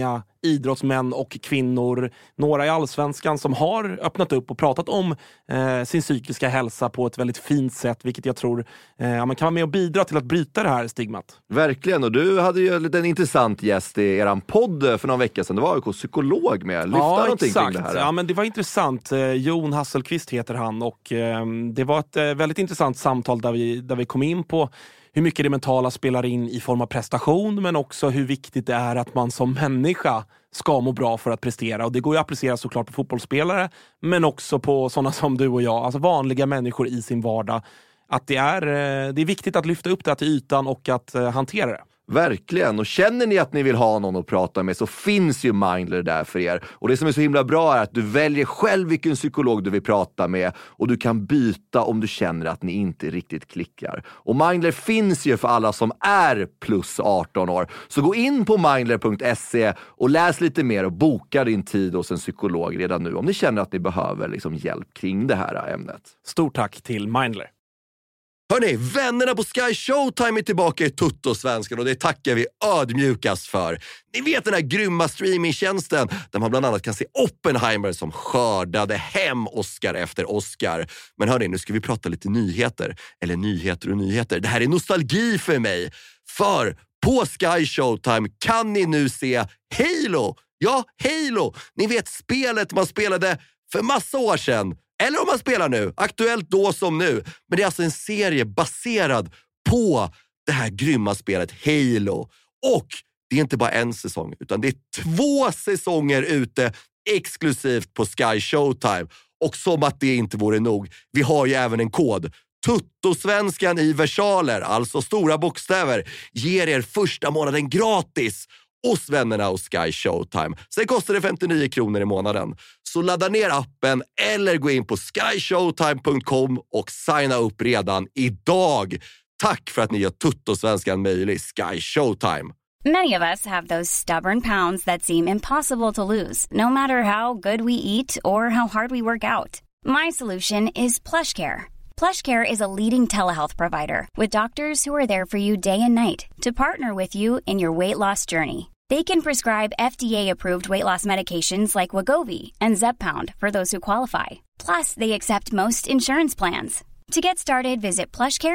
idrottsmän och kvinnor, några i Allsvenskan som har öppnat upp och pratat om sin psykiska hälsa på ett väldigt fint sätt, vilket jag tror man kan vara med och bidra till att bryta det här stigmat. Verkligen, och du hade ju en intressant gäst i eran podd för någon vecka sedan. Det var ju psykolog med. Lyfta någonting kring det här. Ja, men det var intressant. Jon Hasselqvist heter han, och det var ett väldigt intressant samtal där vi kom in på hur mycket det mentala spelar in i form av prestation, men också hur viktigt det är att man som människa ska må bra för att prestera. Och det går ju att applicera såklart på fotbollsspelare, men också på sådana som du och jag, alltså vanliga människor i sin vardag. Att det är viktigt att lyfta upp det till ytan och att hantera det. Verkligen, och känner ni att ni vill ha någon att prata med så finns ju Mindler där för er. Och det som är så himla bra är att du väljer själv vilken psykolog du vill prata med, och du kan byta om du känner att ni inte riktigt klickar. Och Mindler finns ju för alla som är plus 18 år. Så gå in på mindler.se och läs lite mer och boka din tid hos en psykolog redan nu om ni känner att ni behöver hjälp kring det här ämnet. Stort tack till Mindler. Hörrni, vännerna på Sky Showtime är tillbaka i Tuttosvenskan, och det tackar vi ödmjukast för. Ni vet den här grymma streamingtjänsten där man bland annat kan se Oppenheimer som skördade hem Oscar efter Oscar. Men hörni, nu ska vi prata lite nyheter. Eller nyheter och nyheter. Det här är nostalgi för mig. För på Sky Showtime kan ni nu se Halo. Ja, Halo. Ni vet spelet man spelade för massa år sedan. Eller om man spelar nu, aktuellt då som nu. Men det är alltså en serie baserad på det här grymma spelet Halo. Och det är inte bara en säsong, utan det är 2 säsonger ute exklusivt på Sky Showtime. Och som att det inte vore nog, vi har ju även en kod. Tuttosvenskan i versaler, alltså stora bokstäver, ger er första månaden gratis hos vännerna och Sky Showtime. Sen kostar det 59 kronor i månaden. Så ladda ner appen eller gå in på skyshowtime.com och signa upp redan idag. Tack för att ni gör Tuttosvenskan möjlig, Sky Showtime. Many of us have those stubborn pounds that seem impossible to lose, no matter how good we eat or how hard we work out. My solution is PlushCare. PlushCare is a leading telehealth provider with doctors who are there for you day and night to partner with you in your weight loss journey. They can prescribe FDA-approved weight loss medications like Wegovy and Zepbound for those who qualify. Plus, they accept most insurance plans. To get started, visit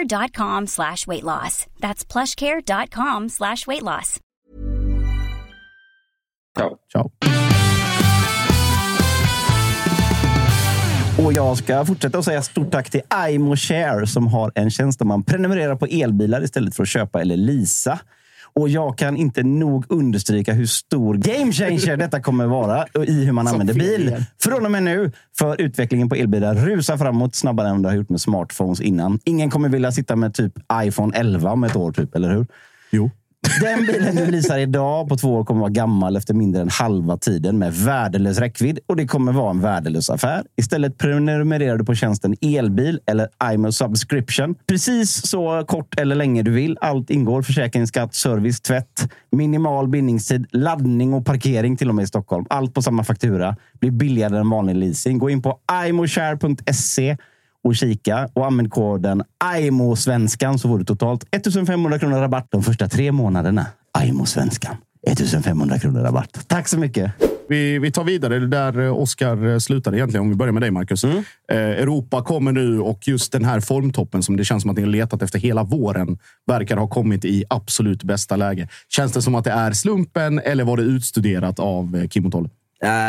plushcare.com/weightloss. That's plushcare.com/weightloss. Ciao. Och jag ska fortsätta att säga stort tack till iMoshare som har en tjänst där man prenumererar på elbilar istället för att köpa eller leasa. Och jag kan inte nog understryka hur stor game changer detta kommer vara i hur man använder bil. Från och med nu, för utvecklingen på elbilar rusar framåt snabbare än det har gjort med smartphones innan. Ingen kommer vilja sitta med typ iPhone 11 om ett år typ, eller hur? Jo. Den bilen du leasar idag på 2 år kommer vara gammal efter mindre än halva tiden med värdelös räckvidd, och det kommer vara en värdelös affär. Istället prenumererar du på tjänsten elbil eller iMo Subscription. Precis så kort eller länge du vill. Allt ingår: försäkring, skatt, service, tvätt, minimal bindningstid, laddning och parkering till och med i Stockholm. Allt på samma faktura. Blir billigare än vanlig leasing. Gå in på imoshare.se och kika och använd koden IMO-svenskan så får du totalt 1500 kronor rabatt de första 3 månaderna. IMO-svenskan. 1500 kronor rabatt. Tack så mycket. Vi tar vidare där Oscar slutade egentligen, om vi börjar med dig, Marcus. Europa kommer nu, och just den här formtoppen som det känns som att ni har letat efter hela våren verkar ha kommit i absolut bästa läge. Känns det som att det är slumpen eller var det utstuderat av Kim och Tolle?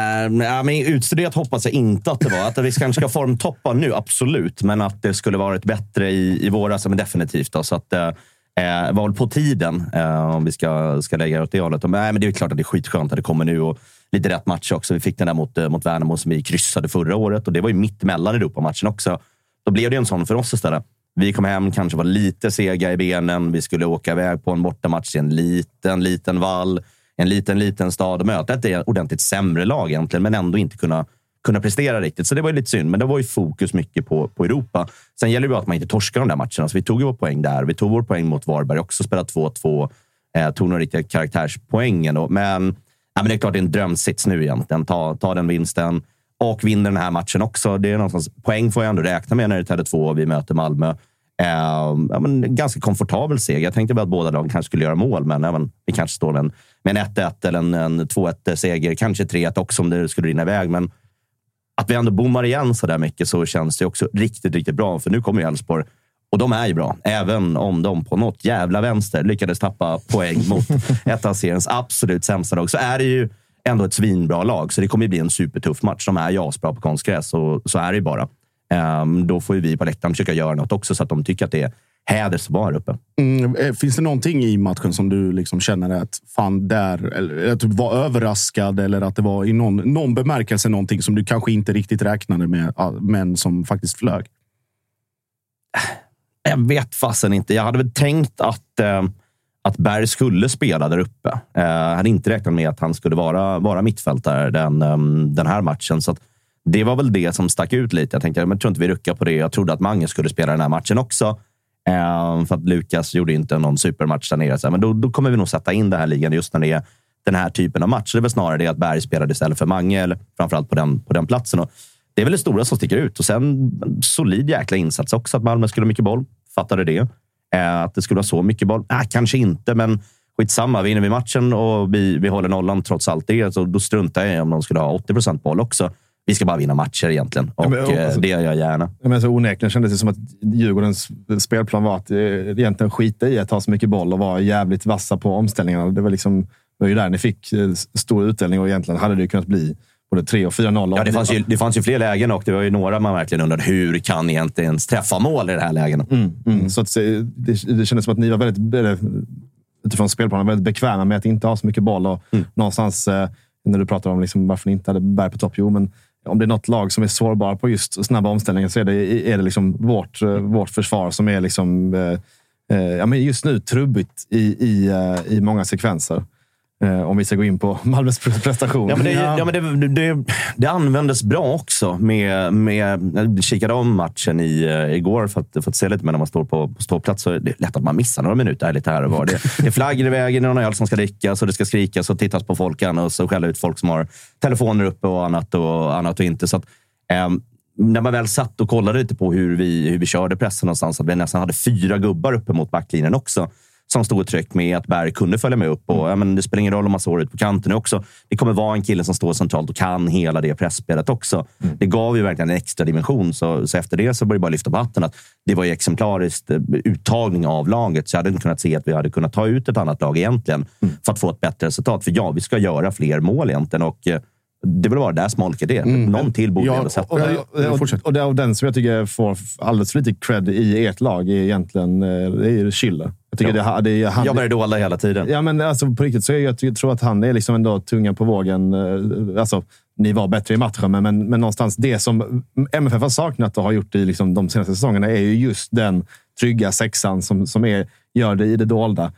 Men utstuderat hoppas jag inte att det var. Att vi kanske ska formtoppa nu, absolut. Men att det skulle varit bättre i våras, men definitivt. Då, så att var väl på tiden om vi ska lägga åt det hållet. Men det är klart att det är skitskönt att det kommer nu, och lite rätt match också. Vi fick den där mot Värnamo som vi kryssade förra året, och det var ju mitt mellan Europa-matchen också. Då blev det en sån för oss istället. Vi kom hem, kanske var lite sega i benen. Vi skulle åka iväg på en bortamatch i en liten vall. En liten stad, och möta ett ordentligt sämre lag egentligen, men ändå inte kunna prestera riktigt. Så det var ju lite synd, men det var ju fokus mycket på Europa. Sen gäller det ju att man inte torskar de där matcherna, så vi tog ju vår poäng där. Vi tog vår poäng mot Varberg också, spelade 2-2, tog några riktiga karaktärspoängen då. Men det är klart det är en drömsits nu egentligen. Ta den vinsten och vinner den här matchen också. Det är någonstans, poäng får jag ändå räkna med när det är 2 och vi möter Malmö. Ganska komfortabel seger. Jag tänkte väl att båda lagen kanske skulle göra mål, men vi kanske står med en 1-1 eller en 2-1 seger, kanske 3-1 också om det skulle rinna iväg. Men att vi ändå bommar igen så där mycket, så känns det också riktigt, riktigt bra. För nu kommer ju Elfsborg, och de är ju bra. Även om de på något jävla vänster lyckades tappa poäng mot ett av seriens absolut sämsta lag, så är det ju ändå ett svinbra lag. Så det kommer ju bli en supertuff match. De är ju asbra på konstgräs, och så är det ju bara. Då får ju vi på läktaren försöka göra något också, så att de tycker att det är häders att vara här uppe. Finns det någonting i matchen som du liksom känner att fan där, eller att du var överraskad, eller att det var i någon bemärkelse någonting som du kanske inte riktigt räknade med, men som faktiskt flög? Jag vet fasen inte. Jag hade väl tänkt att Berg skulle spela där uppe. Jag hade inte räknat med att han skulle vara mittfältare den här matchen. Så att det var väl det som stack ut lite. Jag tänkte, jag tror inte vi ruckar på det. Jag trodde att Mange skulle spela den här matchen också. För att Lukas gjorde inte någon supermatch där nere. Men då kommer vi nog sätta in det här ligan just när det är den här typen av match. Det är väl snarare det att Berg spelade istället för Mange, eller framförallt på den platsen. Och det är väl det stora som sticker ut. Och sen solid jäkla insats också, att Malmö skulle ha mycket boll. Fattade det? Att det skulle vara så mycket boll? Kanske inte, men skitsamma. Vinner vi matchen och vi håller nollan trots allt det, så då struntar jag om de skulle ha 80% boll också. Vi ska bara vinna matcher egentligen. Och det gör jag gärna. Men så onekligen kändes det som att Djurgårdens spelplan var att egentligen skita i att ha så mycket boll och vara jävligt vassa på omställningarna. Det var ju där ni fick stor utdelning, och egentligen hade det kunnat bli både 3 och 4-0. Ja, det fanns ju fler lägen, och det var ju några man verkligen undrade, hur kan egentligen ens träffa mål i det här lägen? Så att det kändes som att ni var väldigt, utifrån spelplanen, väldigt bekväma med att inte ha så mycket boll. Och någonstans, när du pratar om liksom varför ni inte hade Berg på topp, men om det är något lag som är sårbara på just snabba omställningar, så är det liksom vårt försvar som är liksom, men just nu trubbigt i många sekvenser. Om vi ska gå in på Malmös prestation. Det användes bra också. Jag kikade om matchen igår för att se lite, men när man står på ståplats så är det lätt att man missar några minuter lite här och var. Det är flaggor i vägen, någon öl som ska drickas, och det ska skrikas och tittas på folk, och så skälla ut folk som har telefoner uppe och annat och inte. Så att, när man väl satt och kollade lite på hur vi körde pressen någonstans, att vi nästan hade 4 gubbar uppe mot backlinjen också, som stod och tryck med att Berg kunde följa med upp. Och, det spelar ingen roll om man står ut på kanten också. Det kommer vara en kille som står centralt och kan hela det pressspelet också. Det gav ju verkligen en extra dimension. Så efter det så började jag bara lyfta på hatten att det var ju exemplariskt uttagning av laget. Så jag hade inte kunnat se att vi hade kunnat ta ut ett annat lag egentligen för att få ett bättre resultat. För vi ska göra fler mål egentligen, och det vill vara där smolket är. Någon till borde jag sätta. Och det av den som jag tycker får alldeles för lite cred i ert lag är egentligen Schiller. Jag tycker han jobbar dåla hela tiden. Ja, men alltså på riktigt så jag tror att han är liksom ändå tungan på vågen. Alltså, ni var bättre i matchen, men någonstans det som MFF har saknat och har gjort i liksom de senaste säsongerna är ju just den trygga sexan som gör det i det dolda.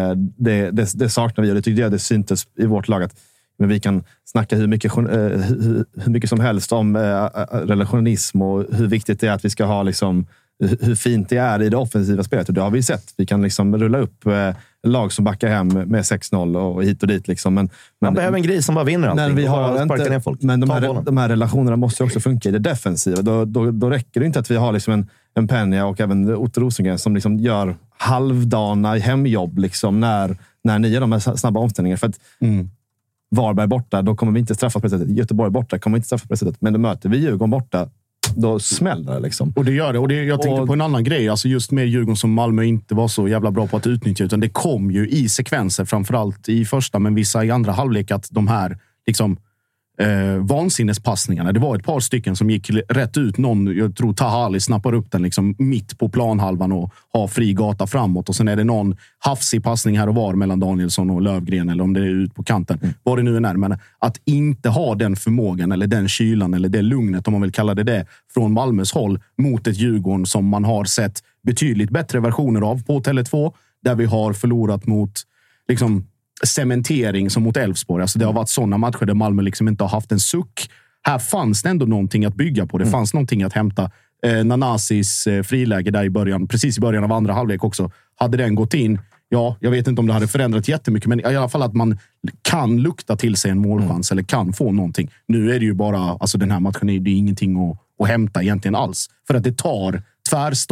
Det saknar vi, och det tyckte jag det syntes i vårt lag att, men vi kan snacka hur mycket som helst om relationism och hur viktigt det är att vi ska ha liksom, hur fint det är i det offensiva spelet. Och det har vi sett. Vi kan liksom rulla upp lag som backar hem med 6-0 och hit och dit. Liksom. Man behöver en gris som bara vinner allting. Men vi har inte, folk. Men de här relationerna måste också funka i det defensiva. Då räcker det inte att vi har liksom en Penja och även Otto Rosengren som liksom gör halvdana hemjobb liksom, när ni gör de här snabba omställningarna. För att Varberg borta, då kommer vi inte straffa på det sättet. Göteborg borta kommer vi inte straffa på det sättet. Men då möter vi Djurgården borta, då smäller det liksom. Och det gör det. Och jag tänkte på en annan grej. Alltså just med Djurgården som Malmö inte var så jävla bra på att utnyttja. Utan det kom ju i sekvenser, framförallt i första, men vissa i andra halvlek, att de här liksom vansinnespassningarna. Det var ett par stycken som gick rätt ut. Jag tror Tahali snappar upp den liksom mitt på planhalvan och har fri gata framåt. Och sen är det någon hafsig passning här och var mellan Danielsson och Lövgren, eller om det är ut på kanten. Vad det nu än är. Men att inte ha den förmågan eller den kylan eller det lugnet, om man vill kalla det, från Malmös håll mot ett Djurgården som man har sett betydligt bättre versioner av på Tele2, där vi har förlorat mot liksom cementering som mot Elfsborg. Alltså det har varit sådana matcher där Malmö liksom inte har haft en suck. Här fanns det ändå någonting att bygga på. Det fanns någonting att hämta. Nanasis friläge där i början, precis i början av andra halvlek också. Hade den gått in, ja, jag vet inte om det hade förändrat jättemycket, men i alla fall att man kan lukta till sig en målchans eller kan få någonting. Nu är det ju bara, alltså den här matchen är det ingenting att hämta egentligen alls. För att det tar tvärstopp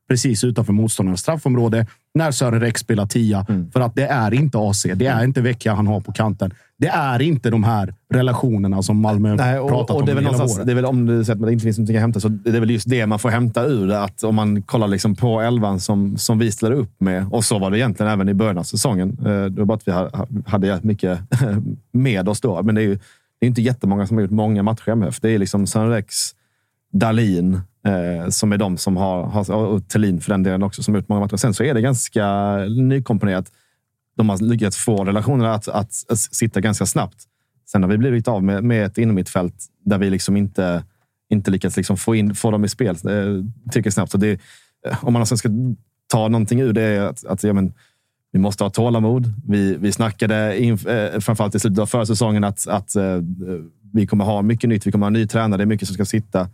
precis utanför motståndarens straffområde när Sören Rex spelar 10. För att det är inte AC. Det är inte Vecchia han har på kanten. Det är inte de här relationerna som Malmö pratat om det är väl hela året. Det är väl om du säger att det inte finns någonting att hämta, så det är väl just det man får hämta ur det. Att om man kollar liksom på 11 som vi ställer upp med, och så var det egentligen även i början av säsongen. Det var bara att vi hade mycket med oss då. Men det är inte jättemånga som har gjort många matcher i MF. Det är liksom Sören Rex, Dahlin, som är de som har och Thelin för den delen också, som har gjort många matcher. Sen så är det ganska nykomponerat. De har lyckats få relationer att sitta ganska snabbt. Sen har vi blivit av med ett inomhittfält där vi liksom inte lyckats liksom få dem i spel tillräckligt snabbt. Så det, om man sen ska ta någonting ur det, är att vi måste ha tålamod. Vi snackade framförallt i slutet av förra säsongen att vi kommer ha mycket nytt. Vi kommer ha en ny tränare. Det är mycket som ska sitta.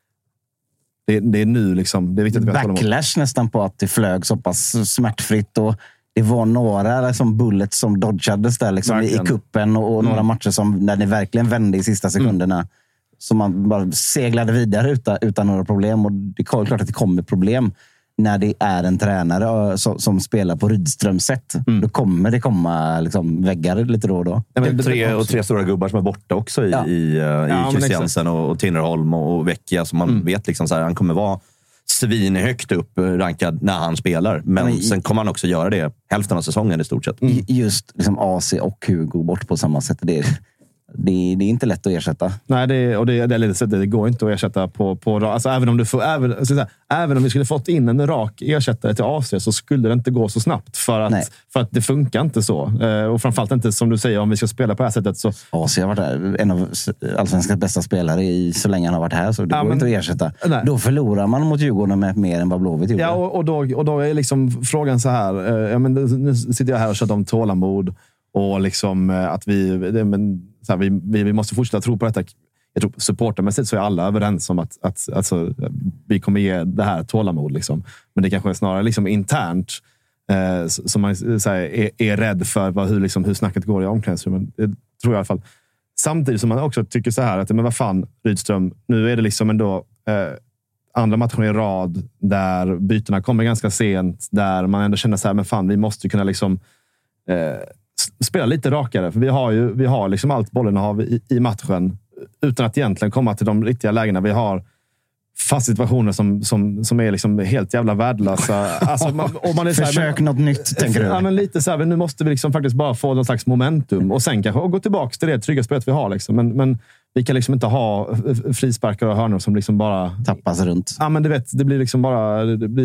Det är nu liksom. Det är viktigt att vi har tålamod. Backlash nästan på att det flög så pass smärtfritt, och det var några liksom bullets som dodgades där liksom i kuppen och några matcher som där det verkligen vände i sista sekunderna. Så man bara seglade vidare utan några problem. Och det är klart att det kommer problem när det är en tränare som spelar på Rydströms sätt. Då kommer det komma liksom väggar lite då och då. Ja, men tre stora gubbar som är borta också i Christiansen och Tinnerholm och Vecchia, som man vet liksom så här, han kommer vara svinhögt upp rankad när han spelar. Men sen kommer han också göra det hälften av säsongen i stort sett. Just liksom AC och Hugo bort på samma sätt. Det är inte lätt att ersätta. Nej, det går inte att ersätta på alltså även om vi skulle fått in en rak ersättare till AC, så skulle det inte gå så snabbt för att det funkar inte så. Och framförallt inte, som du säger, om vi ska spela på det här sättet så... AC har varit en av allsvenskans bästa spelare i så länge han har varit här, så det går inte att ersätta. Nej. Då förlorar man mot Djurgården med mer än vad Blåvitt gjorde. Ja, och då är liksom frågan så här, nu sitter jag här och kör om tålamod och liksom att vi måste fortsätta tro på detta. Jag tror supportermässigt så är alla överens om att alltså, vi kommer ge det här tålamod. Liksom. Men det kanske är snarare liksom internt som man är rädd för hur snacket går i omklädningsrummet. Det tror jag i alla fall. Samtidigt som man också tycker så här att men vad fan, Rydström, nu är det liksom ändå andra matcher i rad där bytena kommer ganska sent, där man ändå känner så här, men fan, vi måste kunna liksom spela lite rakare. För vi har liksom allt bollen har vi i matchen utan att egentligen komma till de riktiga lägena. Vi har fast situationer som är liksom helt jävla värdelösa. Alltså, Försök något nytt, tänker du? Ja, men lite så här, nu måste vi liksom faktiskt bara få någon slags momentum och sen kanske gå tillbaka till det trygga spelet vi har. Liksom. Men vi kan liksom inte ha frisparkar och hörnor som liksom bara tappas runt. Ja, men du vet, det blir liksom bara...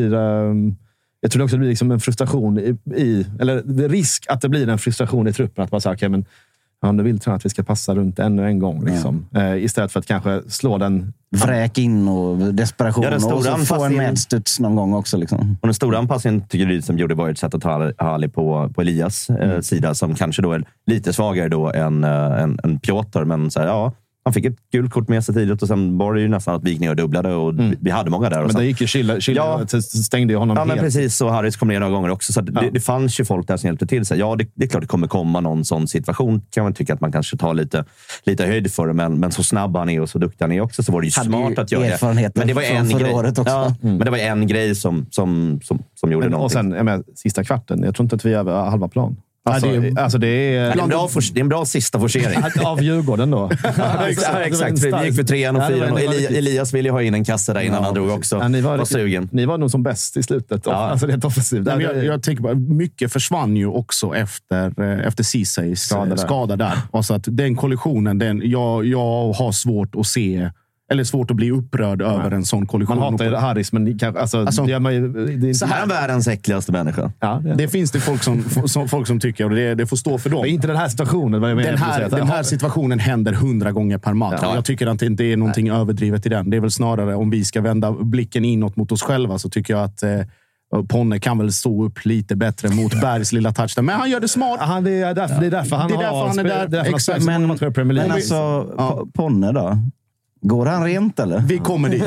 jag tror också det blir liksom en frustration eller det är risk att det blir en frustration i truppen att bara säga, okej, men nu vill träna att vi ska passa runt ännu en gång. Liksom. Istället för att kanske slå den... Vräk in och desperation och så få en medstuds någon gång också. Liksom. Och den stora anpassningen tycker du som gjorde var ett sätt att ta Ali på Elias sida, som kanske då är lite svagare då än Piotr, men så här, han fick ett gult kort med sig tidigt och sen var det ju nästan att vi gick ner och dubblade och vi hade många där. Och men det gick ju Schiller stängde ju honom helt. Ja, men precis. Och Harris kom ner några gånger också. Så det fanns ju folk där som hjälpte till sig. Ja, det är klart det kommer komma någon sån situation. Kan man tycka att man kanske tar lite höjd för det. Men så snabb han är och så duktig han är också, så var det ju smart att göra det. Men det var en grej. Året också. Ja, men det var en grej som gjorde någonting. Och sen, sista kvarten. Jag tror inte att vi är över halva plan. Det är en bra sista forcering. Av Djurgården då. Exakt. Vi gick för 3 och 4 och Elias ville ju ha in en kasse där innan han drog också. Ni var nog som bäst i slutet. Ja. Alltså det är offensivt. Jag tänker bara, mycket försvann ju också efter Ceesay's skada där. Alltså att den kollisionen, jag har svårt att se, eller svårt att bli upprörd över en sån kollision. Man hatar Harris, men det är så här världens äckligaste människa. Ja, det finns det folk som tycker, och det får stå för dem. Inte den här situationen. Den här situationen händer 100 gånger per match. Ja. Jag tycker att det inte är någonting överdrivet i den. Det är väl snarare, om vi ska vända blicken inåt mot oss själva, så tycker jag att Ponne kan väl stå upp lite bättre mot Bergs lilla touchdown. Men han gör det smart. Det är därför han är där. Exakt. Men alltså, Ponne då? Går han rent eller? Vi kommer dit.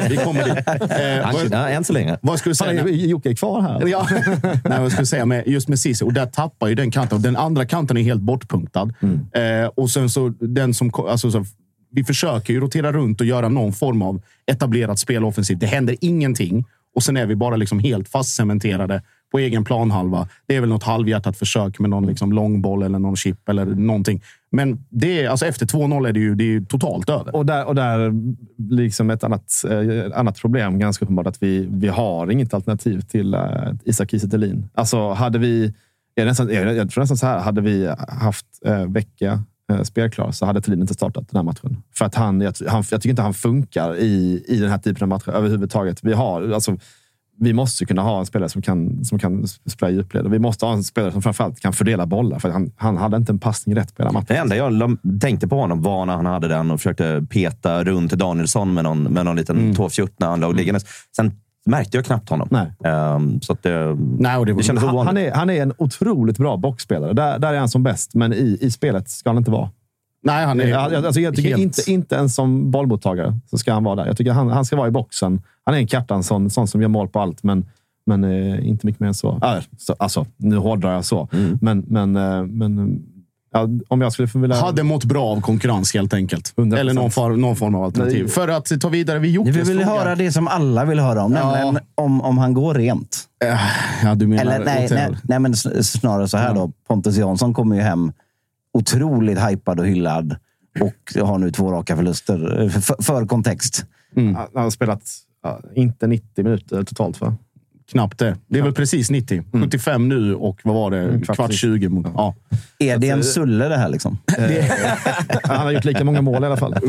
Än så länge. Vad skulle du säga? Jocke är kvar här. Ja. Nej, vad skulle jag säga just med Ceesay. Och där tappar ju den kanten. Den andra kanten är helt bortpunktad. Och sen så den som... Alltså, så, vi försöker ju rotera runt och göra någon form av etablerat spel offensivt. Det händer ingenting. Och sen är vi bara liksom helt fastcementerade på egen planhalva. Det är väl något halvhjärtat försök med någon liksom långboll eller någon chip eller någonting. Men det är, alltså efter 2-0 är det är totalt över. Och där liksom ett annat problem ganska uppenbart att vi har inget alternativ till Isak Kiese Thelin. Alltså hade vi... Jag tror nästan så här, hade vi haft vecka spelklar så hade Thelin inte startat den här matchen. För att jag tycker inte han funkar i den här typen av matcher överhuvudtaget. Vi måste kunna ha en spelare som kan spela djupled. Vi måste ha en spelare som framförallt kan fördela bollar. För han hade inte en passning rätt på hela matchen. Det enda jag tänkte på honom var när han hade den och försökte peta runt Danielsson med någon liten tåfjutt när han låg liggandes. Sen märkte jag knappt honom. Nej. Så att det kändes ovanligt. Han är en otroligt bra boxspelare. Där är han som bäst. Men i spelet ska han inte vara. Nej, han är jag tycker inte ens som bollmottagare så ska han vara där. Jag tycker han ska vara i boxen. Han är en Kjartansson, sån som gör mål på allt, men inte mycket mer än så. Alltså, nu hårdrar jag så. Men om jag skulle vilja... Hade mått bra av konkurrens helt enkelt. 100%. Eller någon form av alternativ. Nej. För att ta vidare vid Jockes fråga. Vi vill höra det som alla vill höra om. Nämligen om han går rent. Ja, du menar... Eller, nej, men snarare så här då. Pontus Jansson kommer ju hem otroligt hypad och hyllad och har nu 2 raka förluster för kontext. Han har spelat inte 90 minuter totalt för. Knappt det. Det är väl precis 90. 75 nu och vad var det? Kvart 20. Ja. Är det en sulle det här liksom? Han har gjort lika många mål i alla fall.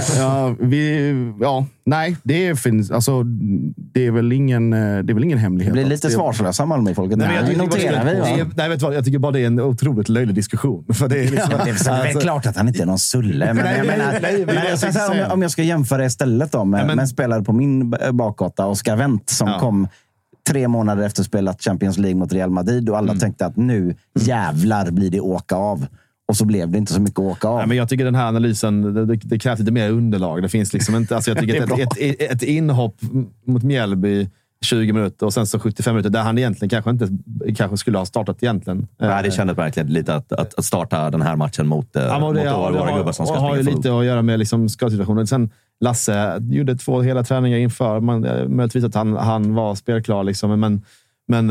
Nej, det finns alltså det är väl ingen hemlighet. Det blir lite svarslösa Malmöfolket. Vet vad, jag tycker bara det är en otroligt löjlig diskussion. För det är liksom, det är klart att han inte är någon sulle. Men om jag ska jämföra istället då med en spelare på min bakgata, Oskar Wendt, som kom 3 månader efter spelat Champions League mot Real Madrid och alla tänkte att nu jävlar blir det åka av. Och så blev det inte så mycket att åka av. Nej, men jag tycker den här analysen, det krävs lite mer underlag. Det finns liksom inte, alltså jag tycker ett inhopp mot Mjällby 20 minuter och sen så 75 minuter där han egentligen kanske skulle ha startat egentligen. Nej, det kändes verkligen lite att starta den här matchen mot våra gubbar som ska springa. Det har ju lite att göra med liksom skadsituationen. Sen Lasse gjorde 2 hela träningar inför. Möjligtvis att han var spelklar liksom, men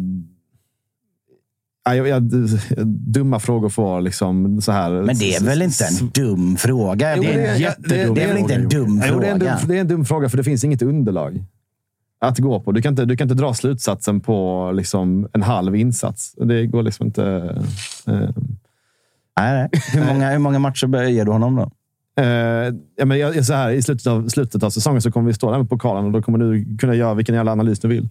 dumma frågor får liksom så här. Men det är väl inte en dum fråga? Det är väl inte en dum fråga? Det är en dum fråga för det finns inget underlag att gå på. Du kan inte dra slutsatsen på liksom en halv insats. Det går liksom inte... Nej. Hur många matcher ger du honom då? Så här, i slutet av säsongen så kommer vi stå där med pokalen och då kommer du kunna göra vilken jävla analys du vill.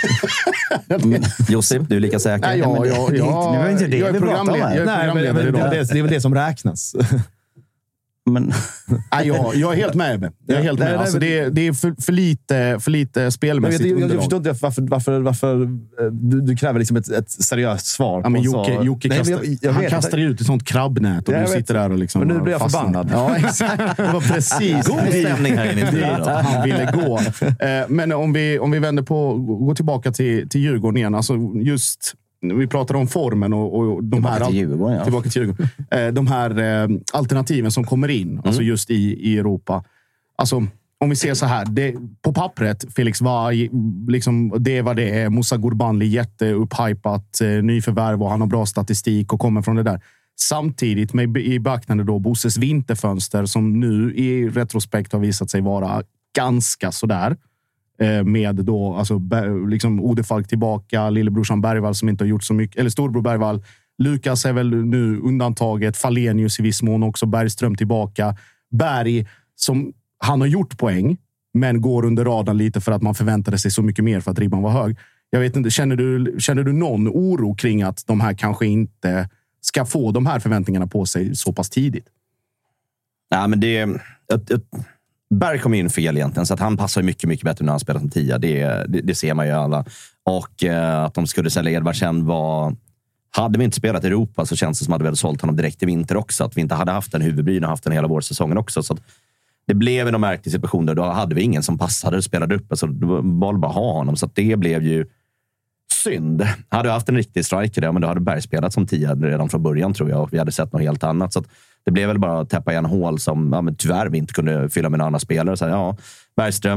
Josip, du är lika säker? Nej, jag är programledare. Det är väl det som räknas. Men... jag är helt med. Alltså, det är för lite spelmässigt underlag. Jag förstår inte varför du kräver liksom ett seriöst svar. Ja, men Jocke kastar ut ett sånt krabbnät och du sitter där och liksom... Men nu blir jag förbannad. Ja, exakt. Det var precis god stämning här inne. Han ville gå. Men om vi vänder på, går tillbaka till Djurgården igen. Alltså just... Vi pratar om formen och de här tillbaka till Djurgården. De här alternativen som kommer in, alltså just i Europa. Alltså om vi ser så här, på pappret Felix Varg, liksom det var det är. Moussa Gurbanli jätteupphajpat, nyförvärv och han har bra statistik och kommer från det där. Samtidigt med i beaktande då Bosses vinterfönster som nu i retrospekt har visat sig vara ganska sådär. Med då alltså liksom Ode Falk tillbaka, lillebrorsan Bergvall som inte har gjort så mycket, eller storbror Bergvall. Lukas är väl nu undantaget, Falenius i viss mån också, Bergström tillbaka, Berg som han har gjort poäng men går under radarn lite för att man förväntade sig så mycket mer för att ribban var hög. Jag vet inte, känner du någon oro kring att de här kanske inte ska få de här förväntningarna på sig så pass tidigt? Ja, men Berg kom in fel egentligen, så att han passar mycket, mycket bättre när han spelar som 10. Det ser man ju alla. Och att de skulle sälja Edvardsen hade vi inte spelat i Europa så känns det som att vi hade sålt honom direkt i vinter också. Att vi inte hade haft en huvudbryn och haft den hela vårsäsongen också. Så att det blev en märklig situation där då hade vi ingen som passade och spelade upp. Så det var bara ha honom. Så att det blev ju synd. Hade vi haft en riktig striker men då hade Berg spelat som 10 redan från början tror jag. Och vi hade sett något helt annat. Så att det blev väl bara att täppa igen hål som men tyvärr vi inte kunde fylla med några andra spelare. Så Bergström,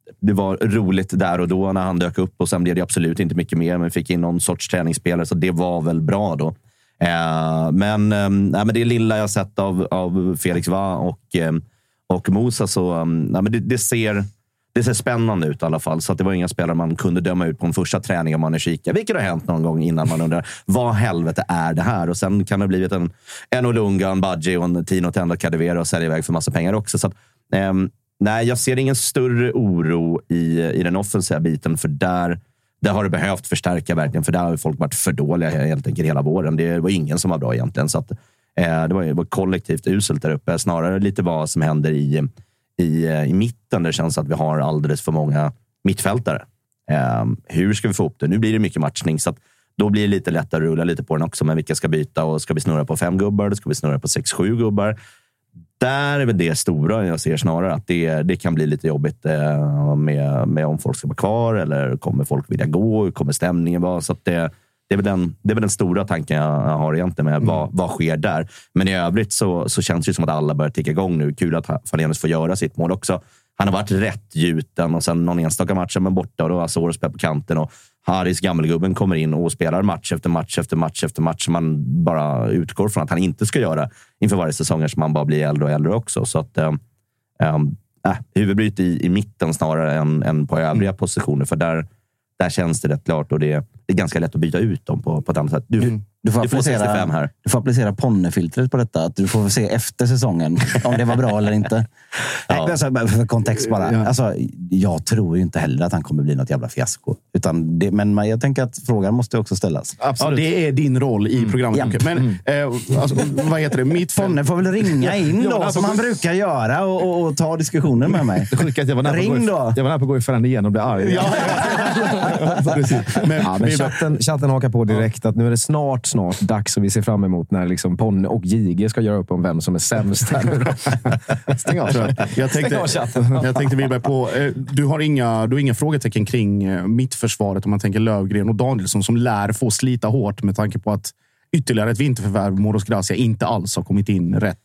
det var roligt där och då när han dök upp och sen blev det absolut inte mycket mer, men fick in någon sorts träningsspelare, så det var väl bra då. Men det lilla jag sett av Felix Va och Mosa, så det ser spännande ut i alla fall. Så att det var inga spelare man kunde döma ut på en första träning om man är kika. Vilket har hänt någon gång innan man undrar, vad helvete är det här? Och sen kan det ha blivit en Olunga, en Badji och en Tino Tenda Kadewere och sälja iväg för massa pengar också. Så att, nej, jag ser ingen större oro i den offensiva biten, för där har det behövt förstärka verkligen, för där har folk varit för dåliga helt enkelt hela våren. Det var ingen som var bra egentligen, så att det var kollektivt uselt där uppe. Snarare lite vad som händer i mitten. Det känns att vi har alldeles för många mittfältare. Hur ska vi få upp det? Nu blir det mycket matchning, så att då blir det lite lättare att rulla lite på den också. Men vilka ska byta, och ska vi snurra på 5 gubbar? Eller ska vi snurra på 6-7 gubbar? Där är väl det stora jag ser snarare, att det kan bli lite jobbigt med om folk ska vara kvar, eller kommer folk vilja gå, hur kommer stämningen vara? Så att det är väl den stora tanken jag har egentligen med vad sker där. Men i övrigt så känns det som att alla börjar ticka igång nu. Kul att Falenius får göra sitt mål också. Han har varit rätt gjuten, och sen någon enstaka match men borta, och då har Azor spelat på kanten, och Haris gammelgubben kommer in och spelar match efter match efter match efter match, som man bara utgår från att han inte ska göra inför varje säsong, som man bara blir äldre och äldre också. Så att huvudbryt i mitten snarare än på övriga positioner, för där känns det rätt klart, och det är ganska lätt att byta ut dem på ett annat sätt. Du får 65 här. Du får applicera Ponne-filtret på detta. Att du får se efter säsongen om det var bra eller inte. Ja. För kontext bara. Ja. Alltså, jag tror ju inte heller att han kommer bli något jävla fiasko. Men jag tänker att frågan måste också ställas. Absolut. Ja, det är din roll i programmet. Ja. Men alltså, vad heter det? Ponne får väl ringa in då, som han brukar göra, och ta diskussioner med mig. Jag var nära på att gå i förändring igen och bli arg. Ja. Men chatten hakar på direkt att nu är det snart dags, och vi ser fram emot när liksom Ponne och Jige ska göra upp om vem som är sämst. Stäng av, tror jag tänkte Wiberg på, du har inga frågetecken kring mittförsvaret om man tänker Lövgren och Danielsson, som lär få slita hårt med tanke på att ytterligare ett vinterförvärv, Moros Gracia, inte alls har kommit in rätt.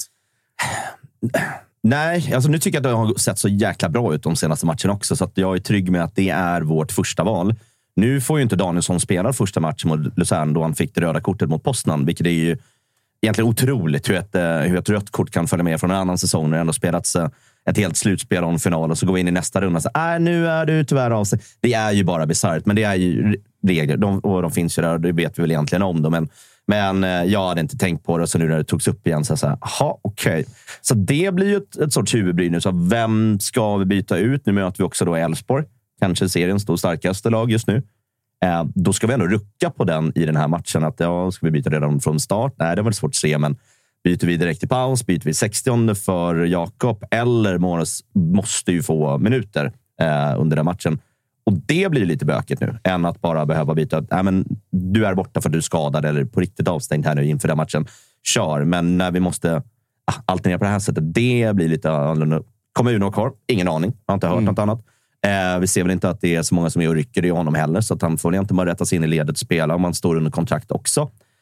Nej, alltså nu tycker jag att det har sett så jäkla bra ut de senaste matcherna också, så att jag är trygg med att det är vårt första val. Nu får ju inte Danielsson spela första matchen mot Luzern, då han fick det röda kortet mot Poznan, vilket är ju egentligen otroligt hur ett rött kort kan följa med från en annan säsong när det ändå spelats ett helt slutspel och en final, och så går vi in i nästa runda och så nu är du tyvärr av sig. Det är ju bara bisarrt, men det är ju regler, de finns ju där, och det vet vi väl egentligen om dem, men jag hade inte tänkt på det, så nu när det togs upp igen så okej. Så det blir ju ett sorts huvudbry nu, så vem ska vi byta ut? Nu möter vi också då Elfsborg, kanske seriens starkaste lag just nu. Då ska vi ändå rucka på den i den här matchen, att ska vi byta redan från start? Nej, det var svårt att se, men byter vi direkt i paus, byter vi 60 för Jakob, eller Morris måste ju få minuter under den matchen. Och det blir lite bökigt nu, än att bara behöva byta. Men du är borta för att du är skadad eller på riktigt avstängd här nu inför den matchen. Kör, men när vi måste alternera på det här sättet, det blir lite annorlunda. Kommer Uno kvar? Ingen aning. Jag har inte hört något annat. Vi ser väl inte att det är så många som är och rycker i honom heller, så att han får inte bara rätta sig in i ledet och spela om han står under kontrakt också.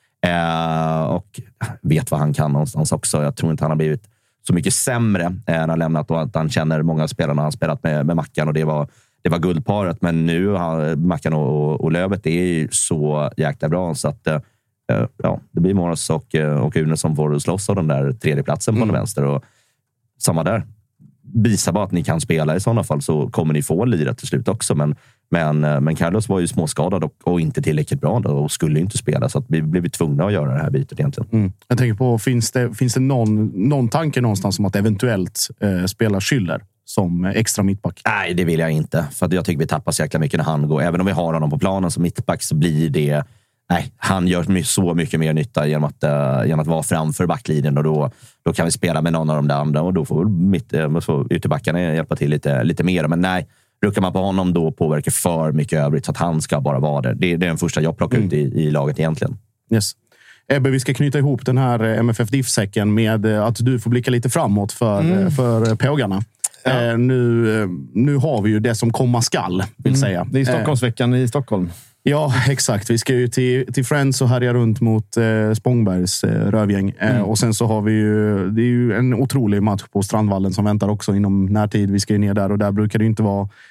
Och vet vad han kan någonstans också. Jag tror inte han har blivit så mycket sämre när han lämnat, och att han känner många spelarna han spelat med Mackan, och det var guldparet. Men nu har Mackan och Lövet, det är ju så jäkla bra, så att det blir Morris och Une som får slåss av den där tredje platsen på den vänster, och samma där. Visa bara att ni kan spela i sådana fall, så kommer ni få lira till slut också. Men Carlos var ju småskadad och inte tillräckligt bra då, och skulle inte spela, så att vi blev tvungna att göra det här bytet egentligen. Jag tänker på, finns det någon tanke någonstans om att eventuellt spela Schüller som extra mittback? Nej, det vill jag inte, för att jag tycker vi tappar så jäkla mycket när han går. Även om vi har honom på planen som mittback, så blir det... Nej, han gör så mycket mer nytta genom att vara framför backlinjen, och då kan vi spela med någon av de där andra, och då får ytterbackarna hjälpa till lite mer. Men nej, ruckar man på honom, då påverkar för mycket övrigt, så att han ska bara vara där. Det är den första jag plockar ut i laget egentligen. Yes. Ebbe, vi ska knyta ihop den här MFF Diff-säcken med att du får blicka lite framåt för pågarna. Ja. Nu har vi ju det som komma skall, vill säga. Det är Stockholmsveckan i Stockholm. Ja, exakt. Vi ska ju till Friends och härja runt mot Spångbergs rövgäng. Och sen så har vi ju... Det är ju en otrolig match på Strandvallen som väntar också inom närtid. Vi ska ju ner där, och där brukar det inte vara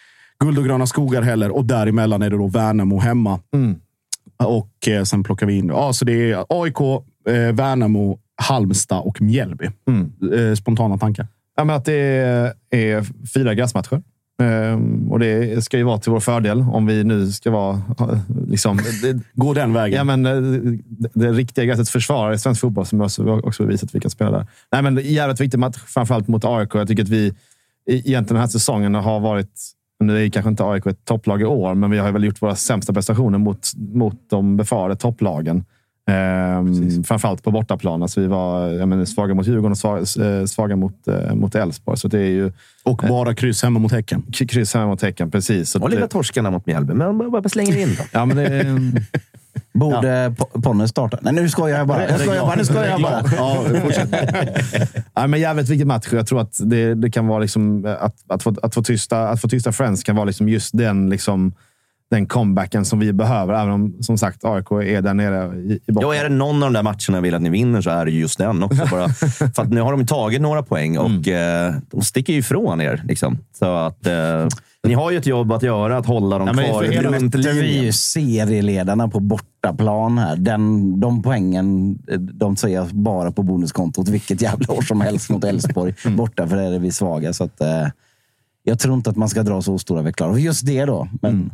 guld och gröna skogar heller. Och däremellan är det då Värnamo hemma. Och sen plockar vi in... Så det är AIK, Värnamo, Halmstad och Mjällby. Spontana tankar. Ja, men att det är 4 gräsmatcher. Och det ska ju vara till vår fördel om vi nu ska vara liksom, gå den vägen. Ja, men det riktiga gräsets försvar i svensk fotboll som också visat att vi kan spela där. Nej, men jävligt viktig match, framförallt mot AIK. Jag tycker att vi egentligen den här säsongen har varit, nu är kanske inte AIK ett topplag i år, men vi har väl gjort våra sämsta prestationer mot de befarade topplagen. Framförallt på bortaplan. Alltså vi var svaga mot Djurgården och svaga mot Elfsborg. Så det är ju, och bara kryss hemma mot Häcken. Kryss hemma mot Häcken, precis. Och lilla torskarna mot Mjällby. Men bara slänger in dem. Ja, men det borde Ponne starta? Nej, nu skojar jag bara. Ja, fortsätt. Ja, men jävligt viktig match. Jag tror att det kan vara liksom att få tysta Friends kan vara liksom just den comebacken som vi behöver, även om som sagt AIK är där nere i botten. Ja, är det någon av de där matcherna jag vill att ni vinner så är det just den också. Bara. För att nu har de tagit några poäng och de sticker ju ifrån er. Liksom. Så att ni har ju ett jobb att göra, att hålla dem kvar i grundlinjen. Vi är ju serieledarna på bortaplan här. De poängen, de ser jag bara på bonuskontot vilket jävla år som helst mot Elfsborg borta, för där är vi svaga. Så att jag tror inte att man ska dra så stora vecklar. Och just det då.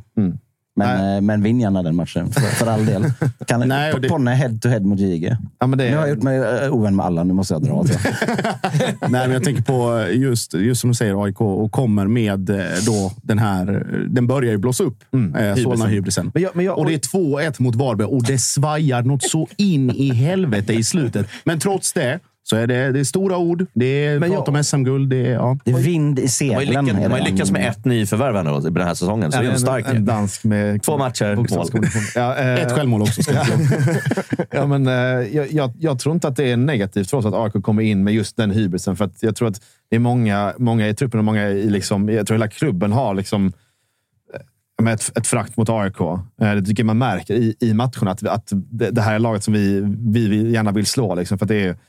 Men vinn gärna den matchen. För all del. Ponne head to head mot JG. Ja, men nu har jag gjort mig ovän med alla. Nu måste jag dra. Nej, men jag tänker på just som du säger, AIK och kommer med då den här... Den börjar ju blåsa upp. Solna-hybrisen. Och det är 2-1 mot Varberg. Och det svajar något så in i helvete i slutet. Men trots det så är det är stora ord. Det är prat om SM-guld. Det är vind i seglen. De har lyckats med 1 nyförvärv i den här säsongen. Så det är en stark. En dansk med 2 matcher, mål. Ett självmål också. Ja, men jag tror inte att det är negativt för oss att AIK kommer in med just den hybrisen. För att jag tror att det är många i truppen och många i liksom... Jag tror hela klubben har liksom... med ett frakt mot AIK. Det tycker man märker i matcherna att det här är laget som vi gärna vill slå. Liksom, för att det är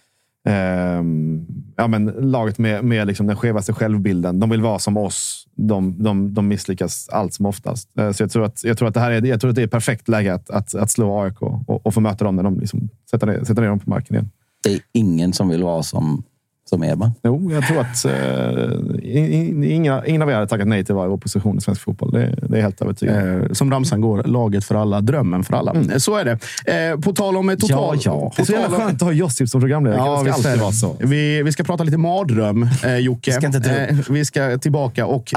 laget med liksom den skevaste självbilden. De vill vara som oss. De misslyckas allt som oftast. Så jag tror att det är perfekt läge att slå AIK och få möta dem när de liksom sätter ner dem på marken igen. Det är ingen som vill vara som er, va? Jo, jag tror att ingen av er hade tackat nej till varje opposition i svensk fotboll. Det är helt övertygande. Som ramsan går, laget för alla, drömmen för alla. Så är det. På tal om total... Ja. Det är så jävla skönt att ha Josip som programledare. Ja, det ska alltid vara så. Vi ska prata lite mardröm, Jocke. Vi ska tillbaka och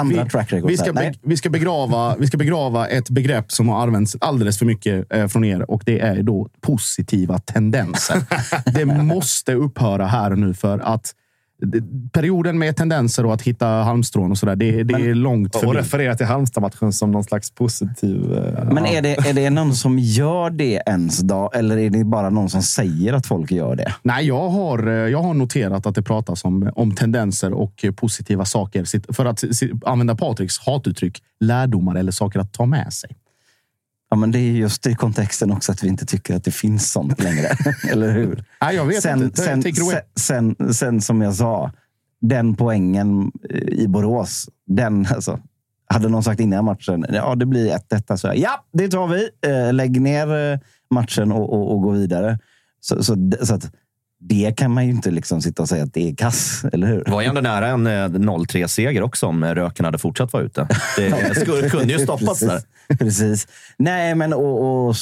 vi ska begrava ett begrepp som har använts alldeles för mycket från er, och det är då positiva tendenser. Det måste upphöra här och nu, för att perioden med tendenser och att hitta halmstrån och sådär, det är långt förbi. Och referera till Halmstad-matchen som någon slags positiv... Men är det någon som gör det ens då? Eller är det bara någon som säger att folk gör det? Nej, jag har noterat att det pratas om tendenser och positiva saker. För att använda Patriks hatuttryck, lärdomar eller saker att ta med sig. Ja, men det är just i kontexten också att vi inte tycker att det finns sånt längre. Eller hur? Nej, jag vet inte. Sen som jag sa, den poängen i Borås, den alltså, hade någon sagt innan matchen, ja, det blir 1-1, så ja, det tar vi. Lägg ner matchen och gå vidare. Så att det kan man ju inte liksom sitta och säga att det är kass, eller hur? Det var ju ändå nära en 0-3-seger också om Röken hade fortsatt vara ute. Det kunde ju stoppats där. Precis. Nej, men och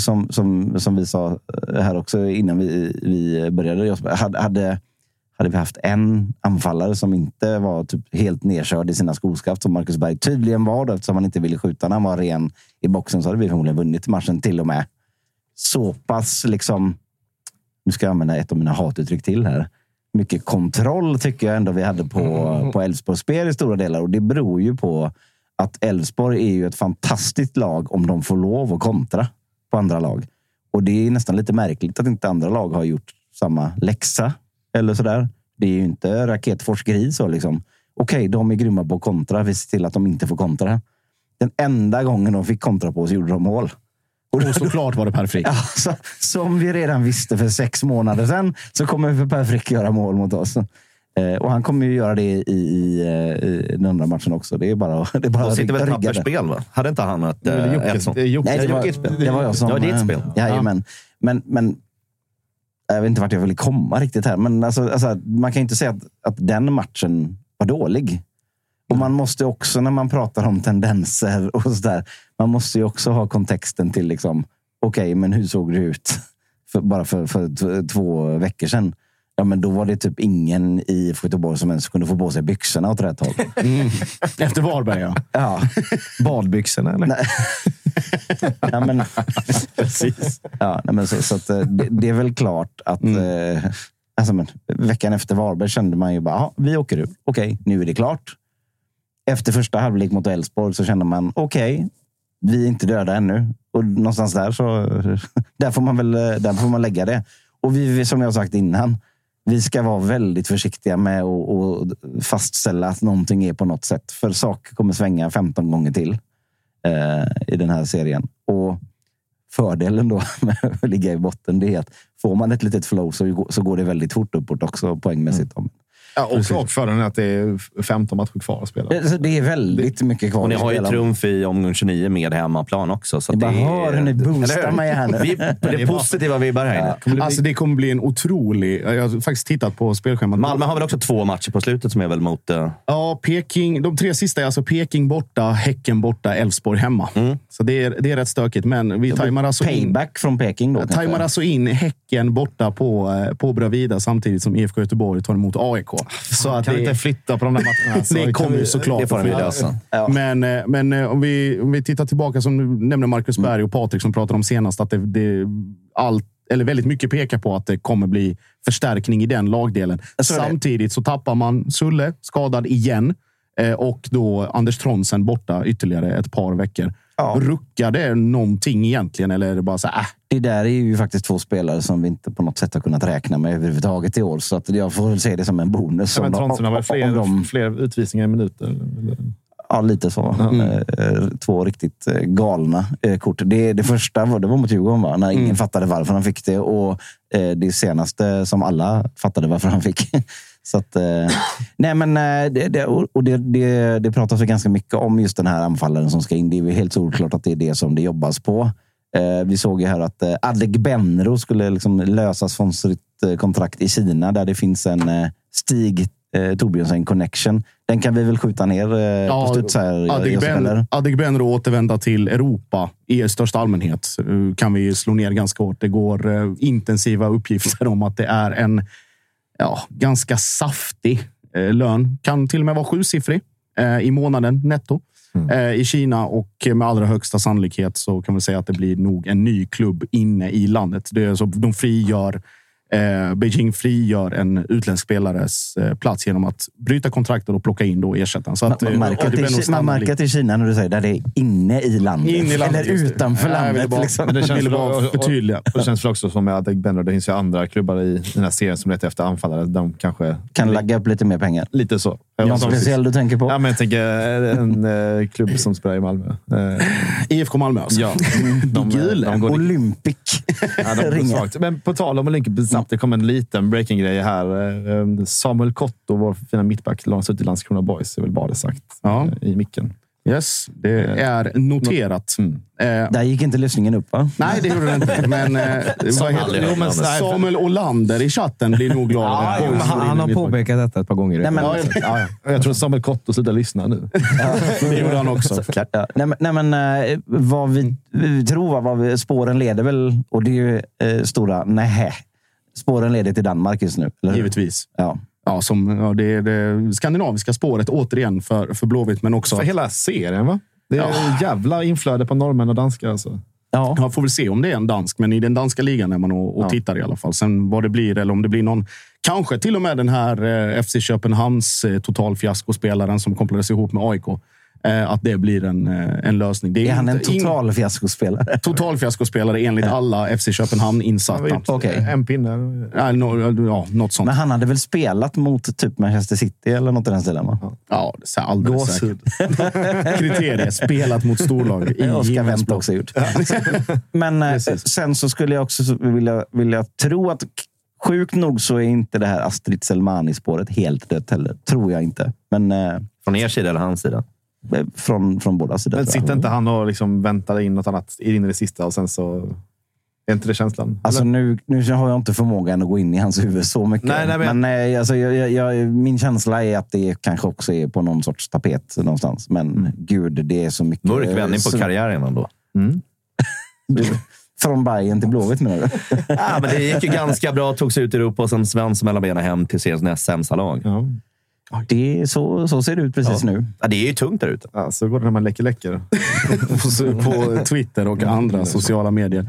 som vi sa här också innan vi började, hade vi haft en anfallare som inte var typ helt nedkörd i sina skoskaft som Marcus Berg tydligen var, eftersom han inte ville skjuta när han var ren i boxen, så hade vi förmodligen vunnit matchen till och med. Så pass liksom, nu ska jag använda ett av mina hatuttryck till här. Mycket kontroll tycker jag ändå vi hade på Elfsborgs spel i stora delar, och det beror ju på att Elfsborg är ju ett fantastiskt lag om de får lov att kontra på andra lag. Och det är nästan lite märkligt att inte andra lag har gjort samma läxa eller sådär. Det är ju inte raketforskeri så liksom. Okej, de är grymma på att kontra. Vi ser till att de inte får kontra. Den enda gången de fick kontra på oss gjorde de mål. Och såklart var det Per Frick. Ja, som vi redan visste för 6 månader sedan så kommer vi för Per Frick göra mål mot oss. Och han kommer ju göra det i den andra matchen också. Det är bara De sitter väl tapperspel, va? Hade inte han ett sånt? Nej, det var jag som... Ja, det är ett spel. Men jag vet inte vart jag ville komma riktigt här. Men alltså, man kan inte säga att den matchen var dålig. Och man måste också, när man pratar om tendenser och sådär, man måste ju också ha kontexten till liksom, okej, men hur såg det ut bara för 2 veckor sedan? Ja, men då var det typ ingen i Göteborg som ens kunde få på sig byxorna åt rätt håll. Efter Varberg, ja. Ja. Badbyxorna, eller? Nej. Ja, men precis. Ja, nej, men så att, det är väl klart att men, veckan efter Varberg kände man ju bara, vi åker ut. Okej, nu är det klart. Efter första halvlek mot Elfsborg så kände man, okej, vi är inte döda ännu. Och någonstans där så där får man lägga det. Och vi, som jag har sagt innan, vi ska vara väldigt försiktiga med att fastställa att någonting är på något sätt. För saker kommer svänga 15 gånger till i den här serien. Och fördelen då med att ligga i botten, det är att får man ett litet flow så går det väldigt fort uppåt också poängmässigt. Ja, och för den är att det är 15 matcher kvar att spela. Det är väldigt mycket kvar. Och ni har ju trumf i omgång 29 med hemmaplan också. Så det hör ni boostar mig här nu. Det är positiva vibbar här. Ja. Alltså det kommer bli en otrolig... Jag har faktiskt tittat på spelschemat. Malmö har väl också 2 matcher på slutet som är väl mot... Ja, Peking. De 3 sista är alltså Peking borta, Häcken borta, Elfsborg hemma. Så det är rätt stökigt. Men vi tajmar alltså payback från Peking då. Tajmar alltså in Häcken borta på Bravida samtidigt som IFK Göteborg tar emot AIK. Så att kan inte flytta på de där matcherna. Det kommer ju såklart. Det får vi lösa. Ja. Men om vi tittar tillbaka, som du nämnde Marcus Berg och Patrik som pratade om senast, att det väldigt mycket pekar på att det kommer bli förstärkning i den lagdelen. Samtidigt så tappar man Sulle, skadad igen, och då Anders Tronsen borta ytterligare ett par veckor. Ja. Ruckar det någonting egentligen, eller är det bara så här? Det där är ju faktiskt 2 spelare som vi inte på något sätt har kunnat räkna med överhuvudtaget i år, så att jag får väl se det som en bonus. Men Tronsen har väl fler utvisningar i minuter? Eller? Ja, lite så. 2 riktigt galna kort. Det första det var mot Djurgården, va? När ingen fattade varför han fick det, och det senaste som alla fattade varför han fick. Så att, nej, men det pratas ju ganska mycket om just den här anfallaren som ska in. Det är ju helt solklart att det är det som det jobbas på. Vi såg ju här att Adegbenro skulle liksom lösas från sitt kontrakt i Kina, där det finns en Stig Torbjörnsen connection. Den kan vi väl skjuta ner på studs här. Adegbenro återvända till Europa i största allmänhet kan vi slå ner ganska hårt. Det går intensiva uppgifter om att det är en ganska saftig lön. Kan till och med vara 7-siffrig i månaden netto i Kina, och med allra högsta sannolikhet så kan vi säga att det blir nog en ny klubb inne i landet. Det är så de Beijing frigör en utländsk spelares plats genom att bryta kontraktet och plocka in då ersättaren. Så att, man märker att i Kina, när du säger där det är inne i landet, eller utanför landet. Men det känns väl också som med Adegbenro. Det finns ju andra klubbar i den här serien som letar efter anfallare. De kanske kan lägga upp lite mer pengar. Lite så. Någon speciell du tänker på? Ja, men jag tänker en klubb som spelar i Malmö. IFK Malmö alltså. Ja. De går Olympic. Men på tal om Olympic, det kom en liten breaking-grej här. Samuel Kotto, vår fina mittback, lånas ut i Landskrona Boys. Det är väl bara det sagt i micken. Yes, det är noterat. Där gick inte lyssningen upp, va? Nej, det gjorde det inte. Men Samuel Olander i chatten blir nog glad. Han har påpekat detta ett par gånger. Jag tror Samuel Kotto slutar lyssna nu. Det gjorde han också. Vad vi tror, spåren leder väl, och det är ju stora spåren leder till Danmark just nu. Eller? Givetvis. Ja. Ja, det är det skandinaviska spåret återigen för Blåvitt, men också... För hela serien, va? Det är en jävla inflöde på norrmän och danskar. Alltså. Ja. Jag får väl se om det är en dansk, men i den danska ligan är man och tittar i alla fall. Sen vad det blir, eller om det blir någon... Kanske till och med den här FC Köpenhamns totalfiaskospelaren som kopplades ihop med AIK. Att det blir en lösning. Det är han en totalfiaskospelare? Totalfiaskospelare enligt alla FC Köpenhamn insatta. En pinne. Något sånt. Men han hade väl spelat mot typ Manchester City eller något i den stilen, va? Ja, det är alldeles säkert. Kriterier, spelat mot storlag. Oskar Wendt också gjort. Men sen så skulle jag också vilja tro att Sjukt nog så är inte det här Astrid Selmani-spåret helt dött heller. Tror jag inte. Men, från er sida eller hans sida? Från båda sidor. Men sitter inte han och liksom väntar in något annat in i det sista och sen så... Är inte det känslan? Alltså nu har jag inte förmågan att gå in i hans huvud så mycket. Men alltså, min känsla är att det kanske också är på någon sorts tapet någonstans. Men gud, det är så mycket... Mörk vändning på karriären ändå. Mm. Från Bayern till Blåvitt menar du? Ja, men det gick ju ganska bra. Tog sig ut i Europa och sen Svens mellan benen hem till seriens näst sämsta lag. Ja. Det är så ser det ut precis nu. Ja, det är ju tungt där ute. Ja, så går det när man läcker. på Twitter och andra sociala medier.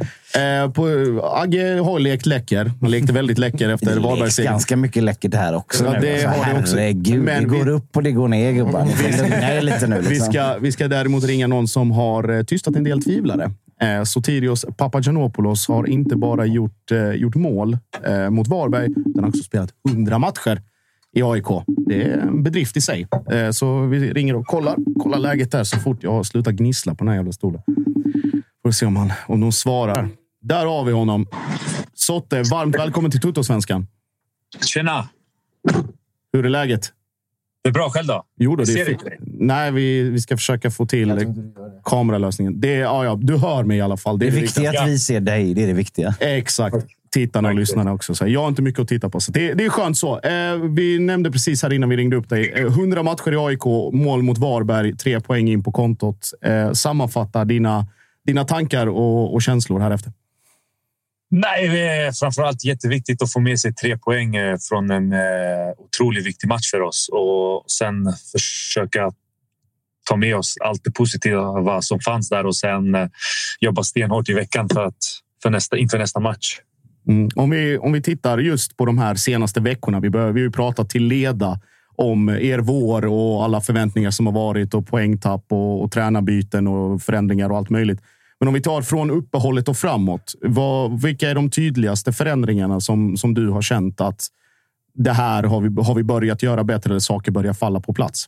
Agge har lekt läcker. Han lekte väldigt läcker efter Varbergs seger. Ganska mycket läckert här också. Ja, det har det också. Herregud, men det går upp och det går ner, gubbar. Lite nu, liksom. Vi ska däremot ringa någon som har tystat en del tvivlare. Sotirios Papagiannopoulos har inte bara gjort mål mot Varberg, utan också spelat 100 matcher i AIK. Det är en bedrift i sig. Så vi ringer och kollar läget där så fort jag har slutat gnissla på den här jävla stolen. Får se om de svarar. Där har vi honom. Sotte, varmt välkommen till Tuttosvenskan. Tjena! Hur är läget? Det är bra själv då? Jo då, det är nej, vi ska försöka få till kameralösningen. Du hör mig i alla fall. Det är viktigt att vi ser dig, det är det viktiga. Exakt. Tittarna och lyssnarna också. Så jag har inte mycket att titta på. Så det är skönt så. Vi nämnde precis här innan vi ringde upp dig. 100 matcher i AIK, mål mot Varberg, 3 poäng in på kontot. Sammanfatta dina tankar och känslor här efter. Nej, det är framförallt jätteviktigt att få med sig 3 poäng från en otroligt viktig match för oss. Och sen försöka ta med oss allt det positiva som fanns där och sen jobba stenhårt i veckan inför nästa match. Mm. Om vi tittar just på de här senaste veckorna. Vi har ju pratat till leda om er vår och alla förväntningar som har varit och poängtapp och tränarbyten och förändringar och allt möjligt. Men om vi tar från uppehållet och framåt. Vilka är de tydligaste förändringarna som du har känt att det här har vi börjat göra bättre eller saker börjar falla på plats?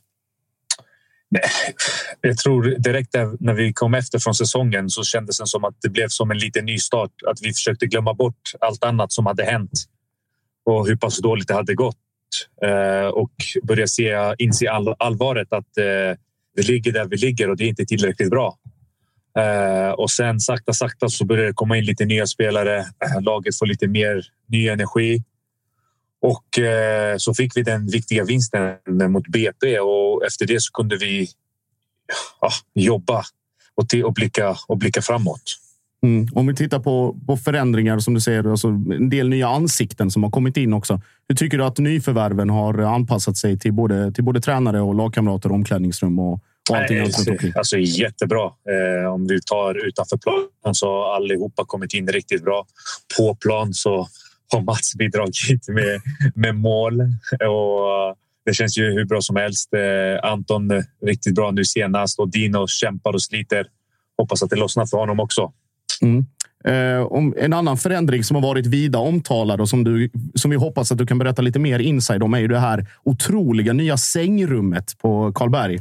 Jag tror direkt när vi kom efter från säsongen så kändes det som att det blev som en liten ny start. Att vi försökte glömma bort allt annat som hade hänt och hur pass dåligt det hade gått. Och börja inse allvaret att vi ligger där vi ligger och det är inte tillräckligt bra. Och sen sakta så börjar det komma in lite nya spelare. Laget får lite mer ny energi. Och så fick vi den viktiga vinsten mot BP och efter det så kunde vi jobba och blicka framåt. Mm. Om vi tittar på förändringar som du säger, alltså en del nya ansikten som har kommit in också. Hur tycker du att nyförvärven har anpassat sig till både tränare och lagkamrater och omklädningsrum och allting annat? Alltså jättebra. Om vi tar utanför plan så har allihopa kommit in riktigt bra. På plan så har Mats bidragit med mål och det känns ju hur bra som helst. Anton riktigt bra nu senast och Dino kämpar och sliter. Hoppas att det lossnar för honom också. Mm. Om en annan förändring som har varit vida omtalad och som vi hoppas att du kan berätta lite mer inside om är ju det här otroliga nya sängrummet på Karlberg.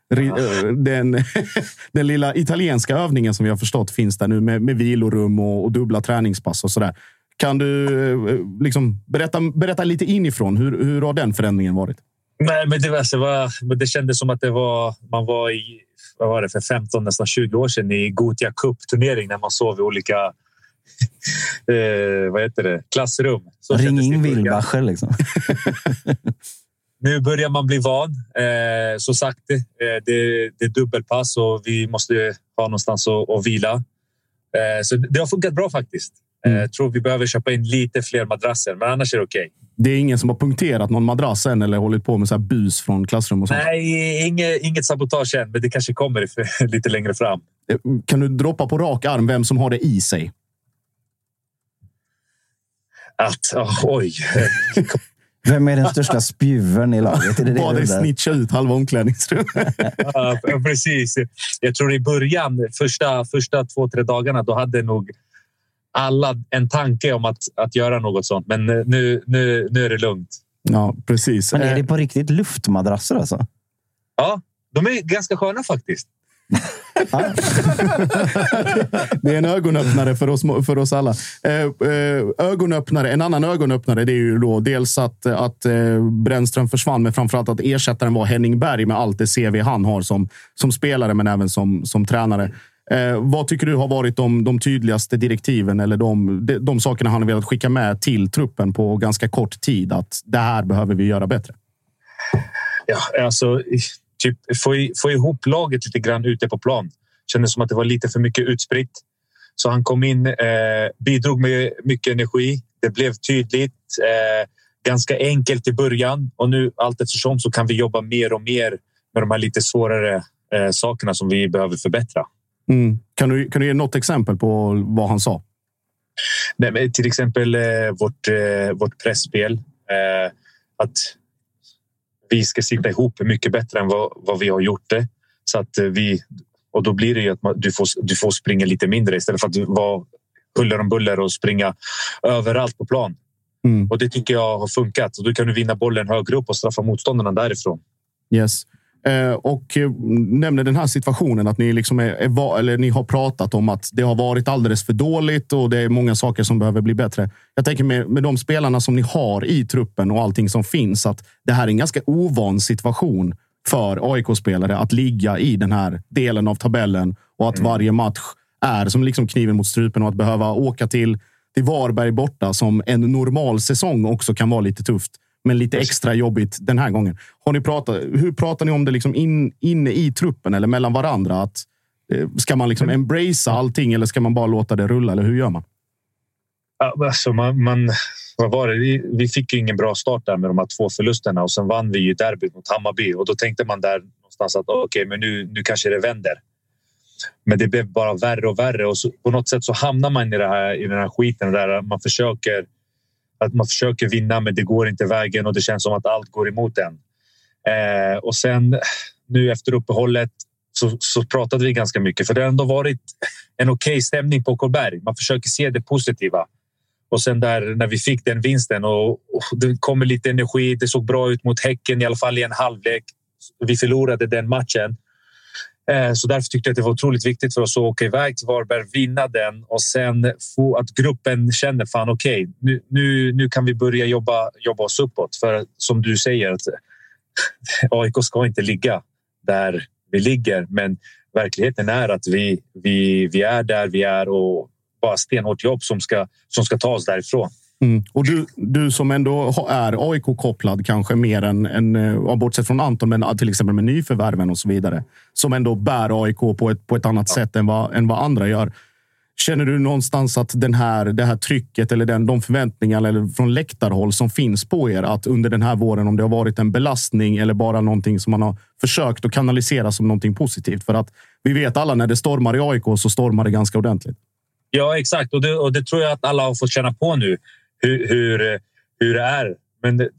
Den lilla italienska övningen som vi har förstått finns där nu med vilorum och dubbla träningspass och sådär. Kan du liksom berätta lite inifrån hur har den förändringen varit? Nej, men det kändes som att man var i för 15 nästan 20 år sedan i Gothia Cup-turnering när man sov i olika klassrum. Så ring in Wilbacher liksom. Nu börjar man bli van. Så sagt det är dubbelpass och vi måste ha någonstans att vila. Så det har funkat bra faktiskt. Jag tror vi behöver köpa in lite fler madrasser, men annars är det okej. Det är ingen som har punkterat någon madrass än eller hållit på med så här bus från klassrum och sånt? Nej, inget sabotage än, men det kanske kommer lite längre fram. Kan du droppa på rak arm vem som har det i sig? Oj. Vem är den största spjuvern i laget? Bara det snitcha ut halva omklädningsrummet. Ja, precis. Jag tror i början, första 2-3 dagarna, då hade nog alla en tanke om att göra något sånt. Men nu är det lugnt. Ja, precis. Men är det på riktigt luftmadrasser alltså? Ja, de är ganska sköna faktiskt. Det är en ögonöppnare för oss alla. Ögonöppnare, en annan ögonöppnare, det är ju då dels att Brännström försvann, men framförallt att ersättaren var Henning Berg med allt det CV han har som spelare, men även som tränare. Vad tycker du har varit de tydligaste direktiven eller de sakerna han har velat skicka med till truppen på ganska kort tid, att det här behöver vi göra bättre? Ja, alltså typ få ihop laget lite grann ute på plan. Kändes som att det var lite för mycket utspritt. Så han kom in, bidrog med mycket energi. Det blev tydligt, ganska enkelt i början. Och nu allt eftersom så kan vi jobba mer och mer med de här lite svårare sakerna som vi behöver förbättra. Mm. Kan du ge något exempel på vad han sa? Nej, men till exempel vårt pressspel. Att vi ska sitta ihop mycket bättre än vad vi har gjort det. Så att och då blir det ju att du får springa lite mindre istället för att vara huller om buller och springa överallt på plan. Mm. Och det tycker jag har funkat. Och då kan du vinna bollen högre upp och straffa motståndarna därifrån. Yes. Och nämner den här situationen att ni liksom ni har pratat om att det har varit alldeles för dåligt och det är många saker som behöver bli bättre. Jag tänker med de spelarna som ni har i truppen och allting som finns, att det här är en ganska ovan situation för AIK-spelare att ligga i den här delen av tabellen och att varje match är som liksom kniven mot strupen och att behöva åka till Varberg borta som en normal säsong också kan vara lite tufft. Men lite extra jobbigt den här gången. Hur pratar ni om det liksom inne i truppen eller mellan varandra? Att, ska man liksom embracea allting eller ska man bara låta det rulla? Eller hur gör man? Alltså vad var det? Vi fick ju ingen bra start där med de här 2 förlusterna och sen vann vi ju derbyt mot Hammarby. Och då tänkte man där någonstans att okej, men nu kanske det vänder. Men det blev bara värre och värre. Och så, på något sätt så hamnar man i den här skiten där man försöker vinna men det går inte vägen och det känns som att allt går emot en. Och sen nu efter uppehållet så pratade vi ganska mycket för det har ändå varit en okej stämning på Kolberg. Man försöker se det positiva. Och sen där när vi fick den vinsten och det kommer lite energi, det såg bra ut mot Häcken i alla fall i en halvlek. Vi förlorade den matchen. Så därför tyckte jag att det var otroligt viktigt för oss att åka iväg till Varberg, vinna den och sen få att gruppen känner fan okej, nu kan vi börja jobba oss uppåt. För som du säger, att AIK ska inte ligga där vi ligger, men verkligheten är att vi är där vi är och bara stenhårt jobb som ska ta oss därifrån. Mm. Och du som ändå är AIK-kopplad kanske mer än bortsett från Anton, men till exempel med nyförvärven och så vidare, som ändå bär AIK på ett annat sätt än vad andra gör. Känner du någonstans att det här trycket eller de förväntningarna eller från läktarhåll som finns på er, att under den här våren, om det har varit en belastning eller bara någonting som man har försökt att kanalisera som någonting positivt? För att vi vet alla, när det stormar i AIK så stormar det ganska ordentligt. Ja, exakt. Och det tror jag att alla har fått känna på nu. Hur det är. Men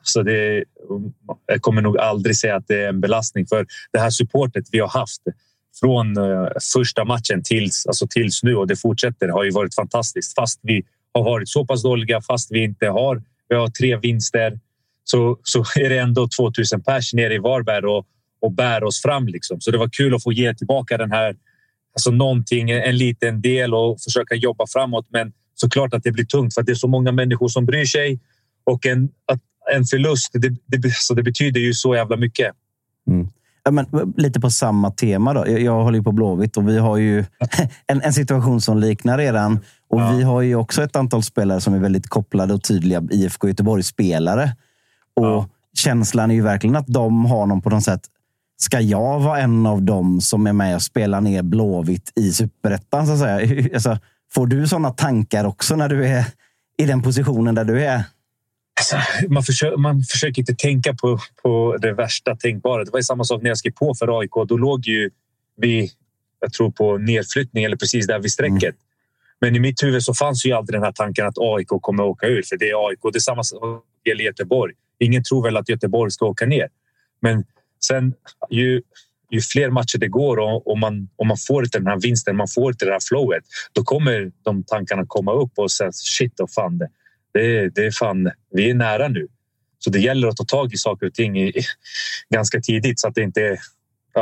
jag kommer nog aldrig säga att det är en belastning, för det här supportet vi har haft från första matchen tills nu, och det fortsätter, har ju varit fantastiskt. Fast vi har varit så pass dåliga, fast vi har 3 vinster, så är det ändå 2000 pers nere i Varberg och bär oss fram liksom. Så det var kul att få ge tillbaka den här, alltså någonting, en liten del och försöka jobba framåt. Men såklart att det blir tungt för att det är så många människor som bryr sig. Och en förlust, det betyder ju så jävla mycket. Mm. Ja, men lite på samma tema då. Jag håller ju på Blåvitt och vi har ju en situation som liknar redan. Och vi har ju också ett antal spelare som är väldigt kopplade och tydliga IFK Göteborg-spelare. Och känslan är ju verkligen att de har någon på något sätt. Ska jag vara en av dem som är med och spelar ner Blåvitt i Superettan, så att säga? Alltså, får du sådana tankar också när du är i den positionen där du är? Alltså, man försöker inte tänka på det värsta tänkbara. Det var ju samma sak när jag skrev på för AIK. Då låg ju vi, jag tror, på nedflyttning eller precis där vid strecket. Mm. Men i mitt huvud så fanns ju aldrig den här tanken att AIK kommer att åka ut. För det är AIK. Det är samma sak gäller Göteborg. Ingen tror väl att Göteborg ska åka ner. Men sen ju fler matcher det går och man får inte den här vinsten, man får inte det här flowet, då kommer de tankarna komma upp och säga shit och fan det är fan, vi är nära nu. Så det gäller att ta tag i saker och ting ganska tidigt så att det inte är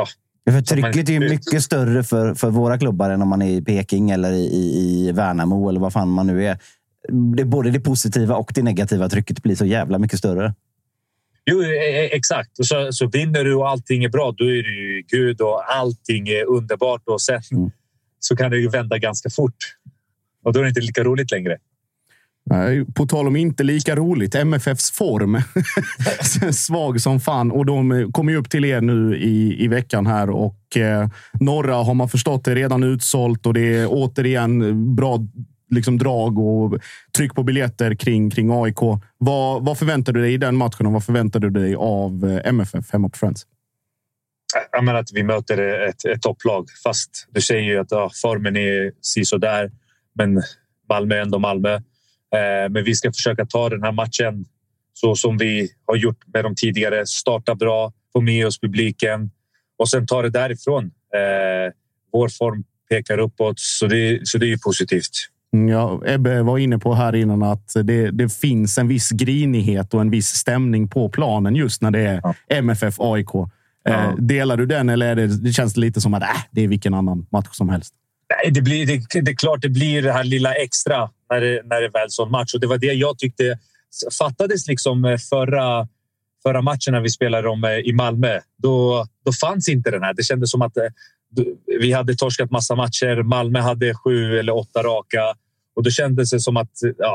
För trycket är ju mycket större för våra klubbar än om man är i Peking eller i Värnamo eller vad fan man nu är. Både det positiva och det negativa trycket blir så jävla mycket större. Jo, exakt. Så vinner du och allting är bra, då är du ju Gud och allting är underbart. Och sen så kan det ju vända ganska fort. Och då är det inte lika roligt längre. Nej, på tal om inte lika roligt. MFFs form. Svag som fan. Och de kommer ju upp till er nu i veckan här. Och norra har man förstått är redan utsålt. Och det är återigen bra liksom drag och tryck på biljetter kring AIK. Vad förväntar du dig i den matchen och vad förväntar du dig av MFF hemma på Friends? Jag menar att vi möter ett topplag. Fast du säger ju att formen är så där, men Malmö är ändå Malmö. Men vi ska försöka ta den här matchen så som vi har gjort med de tidigare. Starta bra, få med oss publiken och sen ta det därifrån. Vår form pekar uppåt, så det är ju positivt. Ja, Ebbe var inne på här innan att det finns en viss grinighet och en viss stämning på planen just när det är MFF AIK. Delar du den eller det känns lite som att det är vilken annan match som helst? Nej, det är klart det blir det här lilla extra när det är väl sån match. Och det var det jag tyckte fattades liksom förra matchen när vi spelade dem i Malmö. Då fanns inte den här. Det kändes som att vi hade torskat massa matcher. Malmö hade 7 eller 8 raka. Och då kändes det som att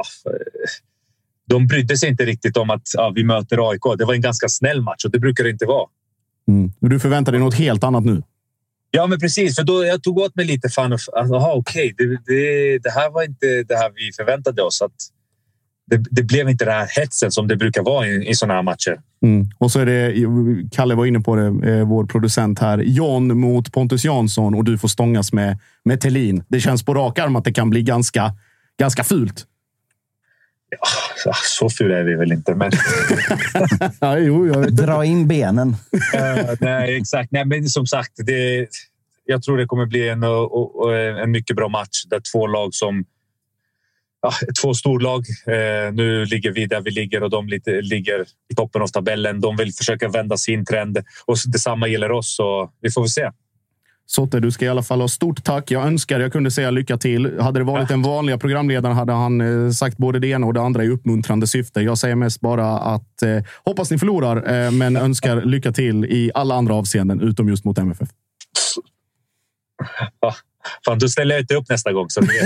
de brydde sig inte riktigt om att vi möter AIK. Det var en ganska snäll match och det brukar det inte vara. Du förväntar dig något helt annat nu? Ja, men precis. För då jag tog åt mig lite fan och okej. Det här var inte det här vi förväntade oss. Att det blev inte den här hetsen som det brukar vara i såna här matcher. Och så är det, Kalle var inne på det, vår producent här. John mot Pontus Jansson och du får stångas med Thelin. Det känns på rak arm att det kan bli ganska fult. Ja, så ful är vi väl inte, men... Dra in benen. Nej, exakt. Nej, men som sagt, jag tror det kommer bli en mycket bra match där två lag som... två storlag. Nu ligger vi där vi ligger och de ligger i toppen av tabellen. De vill försöka vända sin trend och detsamma gäller oss, så vi får väl se. Sotte, du ska i alla fall ha stort tack. Jag önskar jag kunde säga lycka till. Hade det varit en vanliga programledare hade han sagt både det ena och det andra i uppmuntrande syfte. Jag säger mest bara att hoppas ni förlorar, men önskar lycka till i alla andra avseenden utom just mot MFF. Fan, då ställer jag inte upp nästa gång. Så det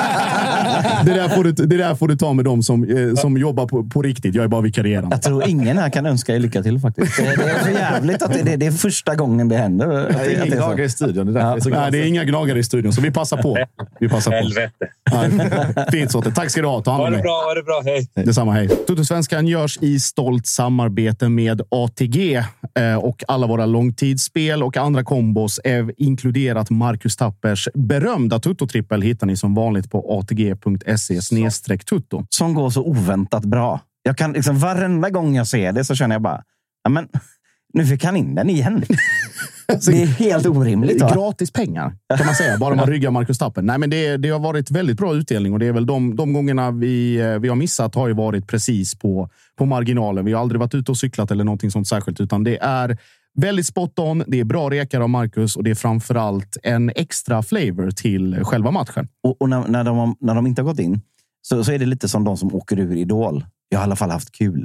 där får du ta med dem som jobbar på riktigt. Jag är bara vikarierande. Jag tror ingen här kan önska er lycka till faktiskt. Det är för jävligt att det är första gången det händer. Det är inga gnagare i studion. Nej, det är inga gnagare i studion, så vi passar på. Helvete. Fint, Sotte. Tack ska du ha. Ta hand om mig. Ha det bra. Hej. Detsamma, hej. Tuttosvenskan görs i stolt samarbete med ATG och alla våra långtidsspel och andra kombos är inkluderat Marcus Tappers berömda Tutto-trippel hittar ni som vanligt på atg.se/tutto. Som går så oväntat bra. Jag kan liksom, varenda gång jag ser det så känner jag bara, men nu fick han in den igen. Det är helt orimligt. Va? Gratis pengar kan man säga, bara man ryggar Marcus Tapper. Nej, men det har varit väldigt bra utdelning och det är väl de gångerna vi har missat har ju varit precis på marginalen. Vi har aldrig varit ute och cyklat eller någonting sånt särskilt, utan det är väldigt spot on, det är bra rekar av Marcus och det är framförallt en extra flavor till själva matchen. Och när de inte har gått in så är det lite som de som åker ur Idol. Jag har i alla fall haft kul.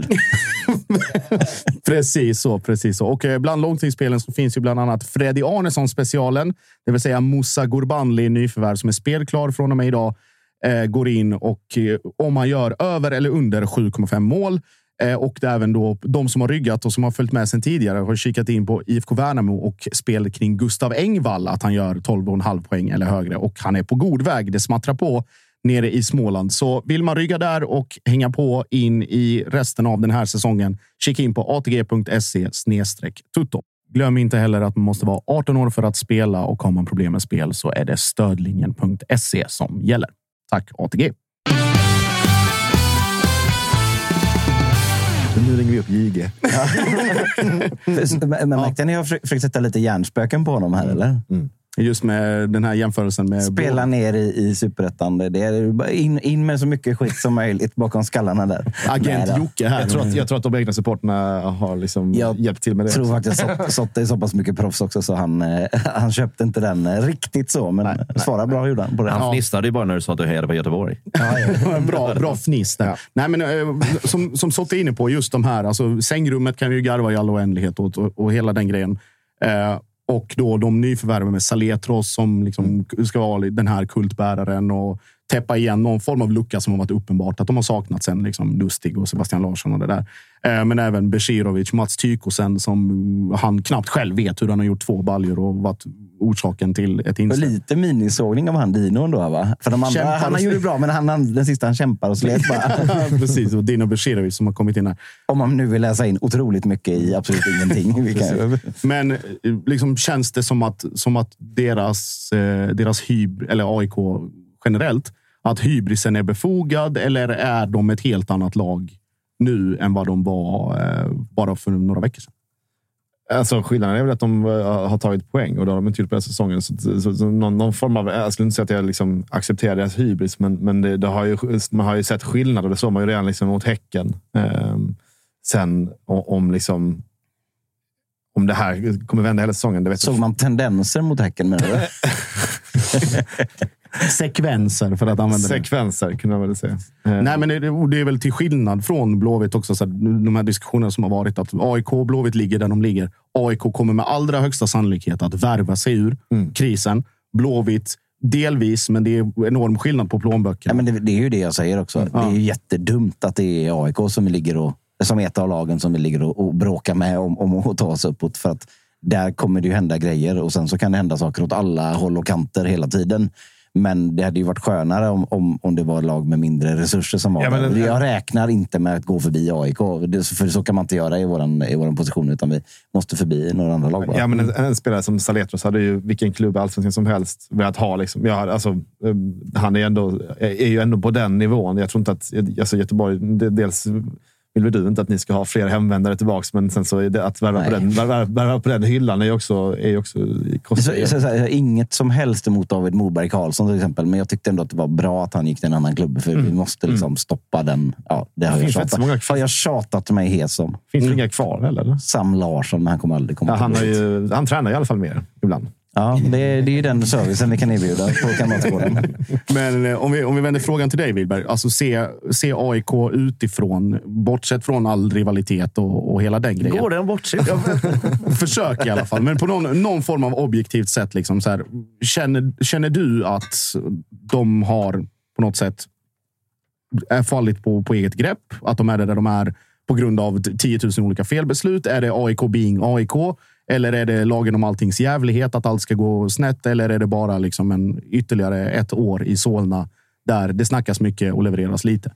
Precis så. Och bland långtidsspelen så finns ju bland annat Freddy Arnesson specialen, det vill säga Moussa Gurbanli, nyförvärv som är spelklar från och med idag, går in och om man gör över eller under 7,5 mål. Och det är även då de som har ryggat och som har följt med sen tidigare har kikat in på IFK Värnamo och spel kring Gustav Engvall att han gör 12,5 poäng eller högre och han är på god väg. Det smattrar på nere i Småland. Så vill man rygga där och hänga på in i resten av den här säsongen, kika in på atg.se/tutto. Glöm inte heller att man måste vara 18 år för att spela och har man problem med spel så är det stödlinjen.se som gäller. Tack ATG! Nu ringer vi upp JG. Men märkte ni har försökt sätta lite hjärnspöken på honom här, eller? Just med den här jämförelsen med... Spela ner i Superettan. Det är bara in med så mycket skit som möjligt bakom skallarna där. Agent Jocke här. Jag tror att de egna supporterna har liksom hjälpt till med det. Jag tror faktiskt Sotte är så pass mycket proffs också så han köpte inte den riktigt så. Men svara bra gjorde han på det. Han fnissade ju bara när du sa att du hejade på Göteborg. Bra fniss där. Ja. Nej, men som Sotte är inne på, just de här. Alltså, sängrummet kan ju garva i all oändlighet och hela den grejen. Och då de nyförvärven med Saletros som liksom ska vara den här kultbäraren och täppa igen någon form av lucka som har varit uppenbart att de har saknat sen liksom Lustig och Sebastian Larsson och det där. Men även Besirovic, Mats Tykosen som han knappt själv vet hur han har gjort 2 baljor och varit orsaken till ett inslag. Lite minisågning av han Dino ändå, va? För de andra, han gjorde bra, men den sista han kämpar och slet bara. Precis, och Dino Besirovic som har kommit in här. Om man nu vill läsa in otroligt mycket i absolut ingenting. Men liksom känns det som att deras eller AIK generellt, att hybrisen är befogad, eller är de ett helt annat lag nu än vad de var bara för några veckor sedan? Alltså skillnaden är väl att de har tagit poäng och då har de inte gjort på den säsongen. Så någon form av, jag skulle inte säga att jag liksom accepterar deras hybris, men det har ju, man har ju sett skillnader. Det såg man ju redan liksom mot Häcken. Sen om det här kommer vända hela säsongen. Det vet såg man tendenser mot Häcken med det? Sekvenser för att använda sekvenser kunde jag väl säga. Nej, men det är väl till skillnad från Blåvitt också, så de här diskussionerna som har varit att AIK och Blåvitt ligger där de ligger. AIK kommer med allra högsta sannolikhet att värva sig ur krisen. Blåvitt delvis, men det är enorm skillnad på plånböcker. Ja, men det är ju det jag säger också. Det är ju jättedumt att det är AIK som vi ligger och som ett av lagen som vi ligger och bråkar med om att ta oss uppåt, för att där kommer det ju hända grejer och sen så kan det hända saker åt alla håll och kanter hela tiden. Men det hade ju varit skönare om det var lag med mindre resurser som var där. Jag räknar inte med att gå förbi AIK. För så kan man inte göra i våran position, utan vi måste förbi några andra lag. Ja, men en spelare som Saletros hade ju vilken klubb allsvenskan som helst velat ha. Liksom. Han är ju ändå på den nivån. Jag tror inte att Göteborg, dels vill väl du inte att ni ska ha fler hemvändare tillbaks, men sen så är det att värva på den hyllan är ju också kostsamt. Inget som helst emot David Moberg Karlsson till exempel, men jag tyckte ändå att det var bra att han gick till en annan klubb, för vi måste liksom stoppa den. Ja, det har jag tjatat mig het som. Finns det inga kvar eller? Sam Larsson, men han kommer aldrig komma till. Han tränar i alla fall mer ibland. Ja, det är ju den servicen vi kan erbjuda på Kamratgården. Men om vi vänder frågan till dig, Wilberg. Alltså se AIK utifrån, bortsett från all rivalitet och hela den grejen. Går den bortsett? Försök i alla fall. Men på någon form av objektivt sätt. Liksom, så här, känner du att de har på något sätt fallit på eget grepp? Att de är där de är på grund av 10 000 olika felbeslut? Är det AIK being AIK? Eller är det lagen om alltings jävlighet, att allt ska gå snett? Eller är det bara liksom ytterligare ett år i Solna där det snackas mycket och levereras lite?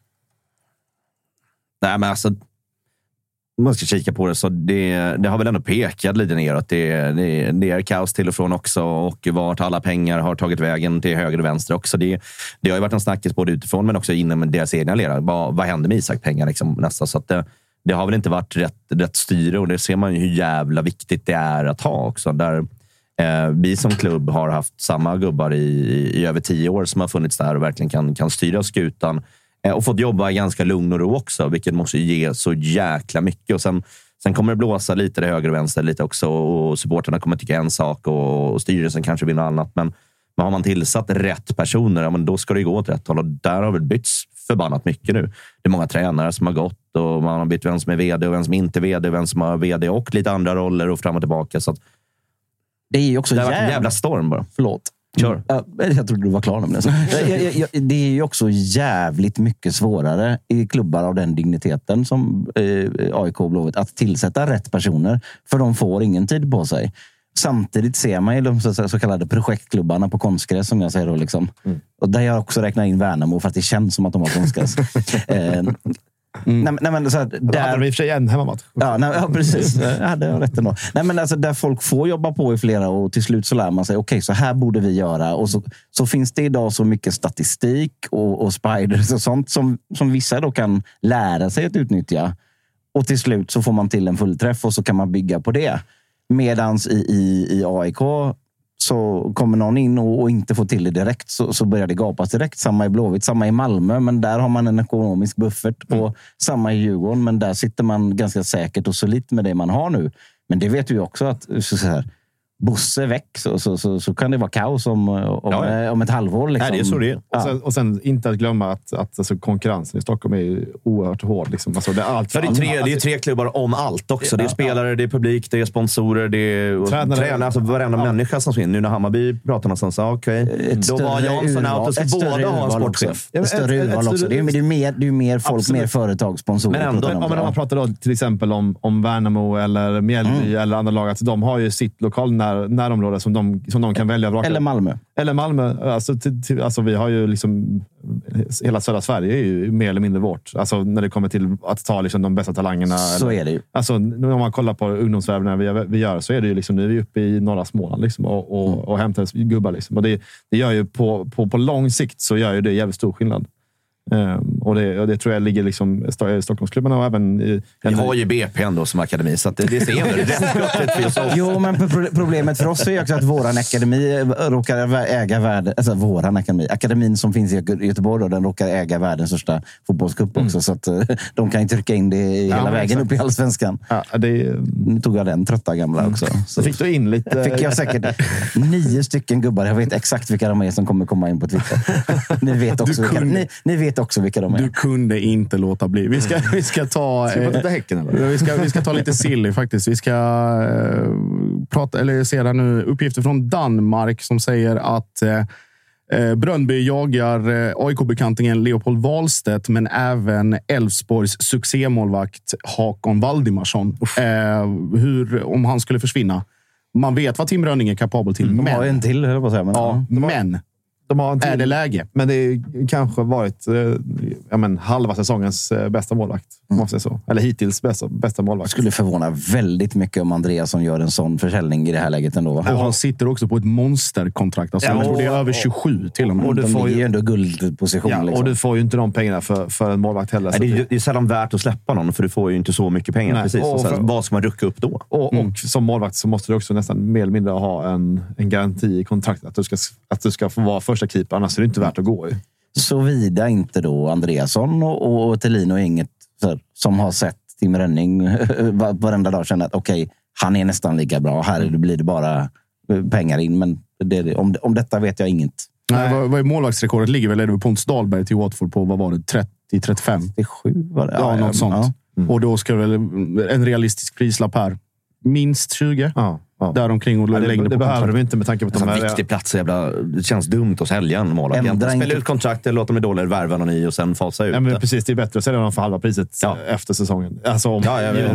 Nej, men alltså, man ska kika på det, så det har väl ändå pekat lite ner att det är kaos till och från också, och vart alla pengar har tagit vägen till höger och vänster också. Det har ju varit en snackis både utifrån men också inom deras egna ledare. Vad händer med Isak-pengar liksom nästa? Så att det har väl inte varit rätt styre, och det ser man ju hur jävla viktigt det är att ha också. Där vi som klubb har haft samma gubbar i över 10 år som har funnits där och verkligen kan styra skutan och fått jobba i ganska lugn och ro också, vilket måste ge så jäkla mycket. Och sen kommer det blåsa lite höger och vänster lite också, och supporterna kommer tycka en sak och styrelsen kanske vill något annat. Men har man tillsatt rätt personer, ja, men då ska det gå åt rätt håll, och där har väl bytts förbannat mycket nu. Det är många tränare som har gått, och man har bytt vem som är vd och vem som inte är vd, vem som har vd och lite andra roller och fram och tillbaka. Så att det är ju också en jävla storm bara. Förlåt. Kör. Jag trodde du var klar med det. Det är ju också jävligt mycket svårare i klubbar av den digniteten som AIK och Blåvitt att tillsätta rätt personer, för de får ingen tid på sig. Samtidigt ser man ju de så kallade projektklubbarna på konstgräs, som jag säger då liksom. Och där jag också räknar in Värnamo, för att det känns som att de har konstgräs. Nej, men så här, där hade vi i och för sig en hemmamatch. Ja, precis. Jag hade rätt ändå. Nej, men alltså där folk får jobba på i flera år, och till slut så lär man sig, okej, så här borde vi göra. Och så finns det idag så mycket statistik och spiders och sånt som vissa då kan lära sig att utnyttja. Och till slut så får man till en fullträff, och så kan man bygga på det. Medans i AIK så kommer någon in och inte får till det direkt, så börjar det gapas direkt. Samma i Blåvitt, samma i Malmö, men där har man en ekonomisk buffert. Och samma i Djurgården, men där sitter man ganska säkert och solitt med det man har nu. Men det vet vi också att så här, Bosse väck så kan det vara kaos om ett halvår. Liksom. Nej, det är så det är. Ja. Och sen inte att glömma att alltså, konkurrensen i Stockholm är ju oerhört hård. Liksom. Alltså, det är tre klubbar om allt också. Det är spelare, det är publik, det är sponsorer, det är tränare. Alltså varenda människa som finns. Nu när Hammarby pratar någonstans, då var Jansson out och båda har en sportchef. Ett större urval också. Det är mer folk, absolut. Mer företagssponsorer. Men ändå, om man pratar då till exempel om Värnamo eller Mjällby eller andra lag, alltså, de har ju sitt lokal närområde som de kan välja. Eller Malmö. Alltså, vi har ju liksom hela södra Sverige är ju mer eller mindre vårt. Alltså när det kommer till att ta liksom de bästa talangerna. Så är det ju. Alltså om man kollar på ungdomsvärvningarna vi gör, så är det ju liksom, nu är vi uppe i norra Småland liksom, och hämtar gubbar liksom. Och det gör ju på lång sikt, så gör ju det jävligt stor skillnad. Och det tror jag ligger liksom i Stockholmsklubbarna och även vi har ju BP ändå som akademi, så att det ser ändå rätt för oss. Jo, men problemet för oss är också att våran akademi råkar äga världen, alltså våran akademin som finns i Göteborg då, den råkar äga världens största fotbollscup också, så att de kan ju trycka in det hela vägen upp i Allsvenskan. Nu tog jag den trötta gamla också. Så fick du in lite... Fick jag säkert 9 stycken gubbar. Jag vet exakt vilka de är som kommer komma in på Twitter. Ni vet också ni vet också vilka de är. Du kunde inte låta bli. Vi ska ta... Vi ska ta lite silly faktiskt. Vi ska se där nu uppgifter från Danmark som säger att Brøndby jagar AIK-bekantingen Leopold Wahlstedt, men även Elfsborgs succémålvakt Hakon Valdimarsson. Om han skulle försvinna. Man vet vad Tim Rönning är kapabel till. De har en till, höll jag på att säga. Men är det läge? Men det kanske varit halva säsongens bästa målvakt. Måste jag så. Eller hittills bästa målvakt. Skulle förvåna väldigt mycket om Andreasson gör en sån försäljning i det här läget ändå. Och han sitter också på ett monsterkontrakt. Alltså, jag tror det är över 27 till och med. Och de är ju ändå guldposition. Ja, liksom. Och du får ju inte de pengarna för en målvakt heller. Nej, det är sällan värt att släppa någon, för du får ju inte så mycket pengar. Nej. Precis. Vad ska man rucka upp då? Och som målvakt så måste du också nästan mer eller mindre ha en garanti i kontraktet att du ska få vara första keeper, annars är det inte värt att gå. Såvida inte då Andreasson och Thelin och inget som har sett Tim Rönning varenda dag känner att okej, han är nästan lika bra. Här blir det bara pengar in, men om detta vet jag inget. Nej, vad är målvaktsrekordet? Ligger väl det Pontus Dahlberg till Watford på, vad var det? 30-35? 37 var det? Ja, något sånt. Ja. Och då ska väl en realistisk prislapp här. Minst 20. Ja. Däromkring och längre det behöver vi inte med tanke på att de är viktig plats. Det känns dumt att sälja en målvakt. Spela ut kontraktet, låta dem dåliga, värva någon ny och sen fasa ut. Ja, men precis, det är bättre att sälja dem för halva priset efter säsongen. Alltså att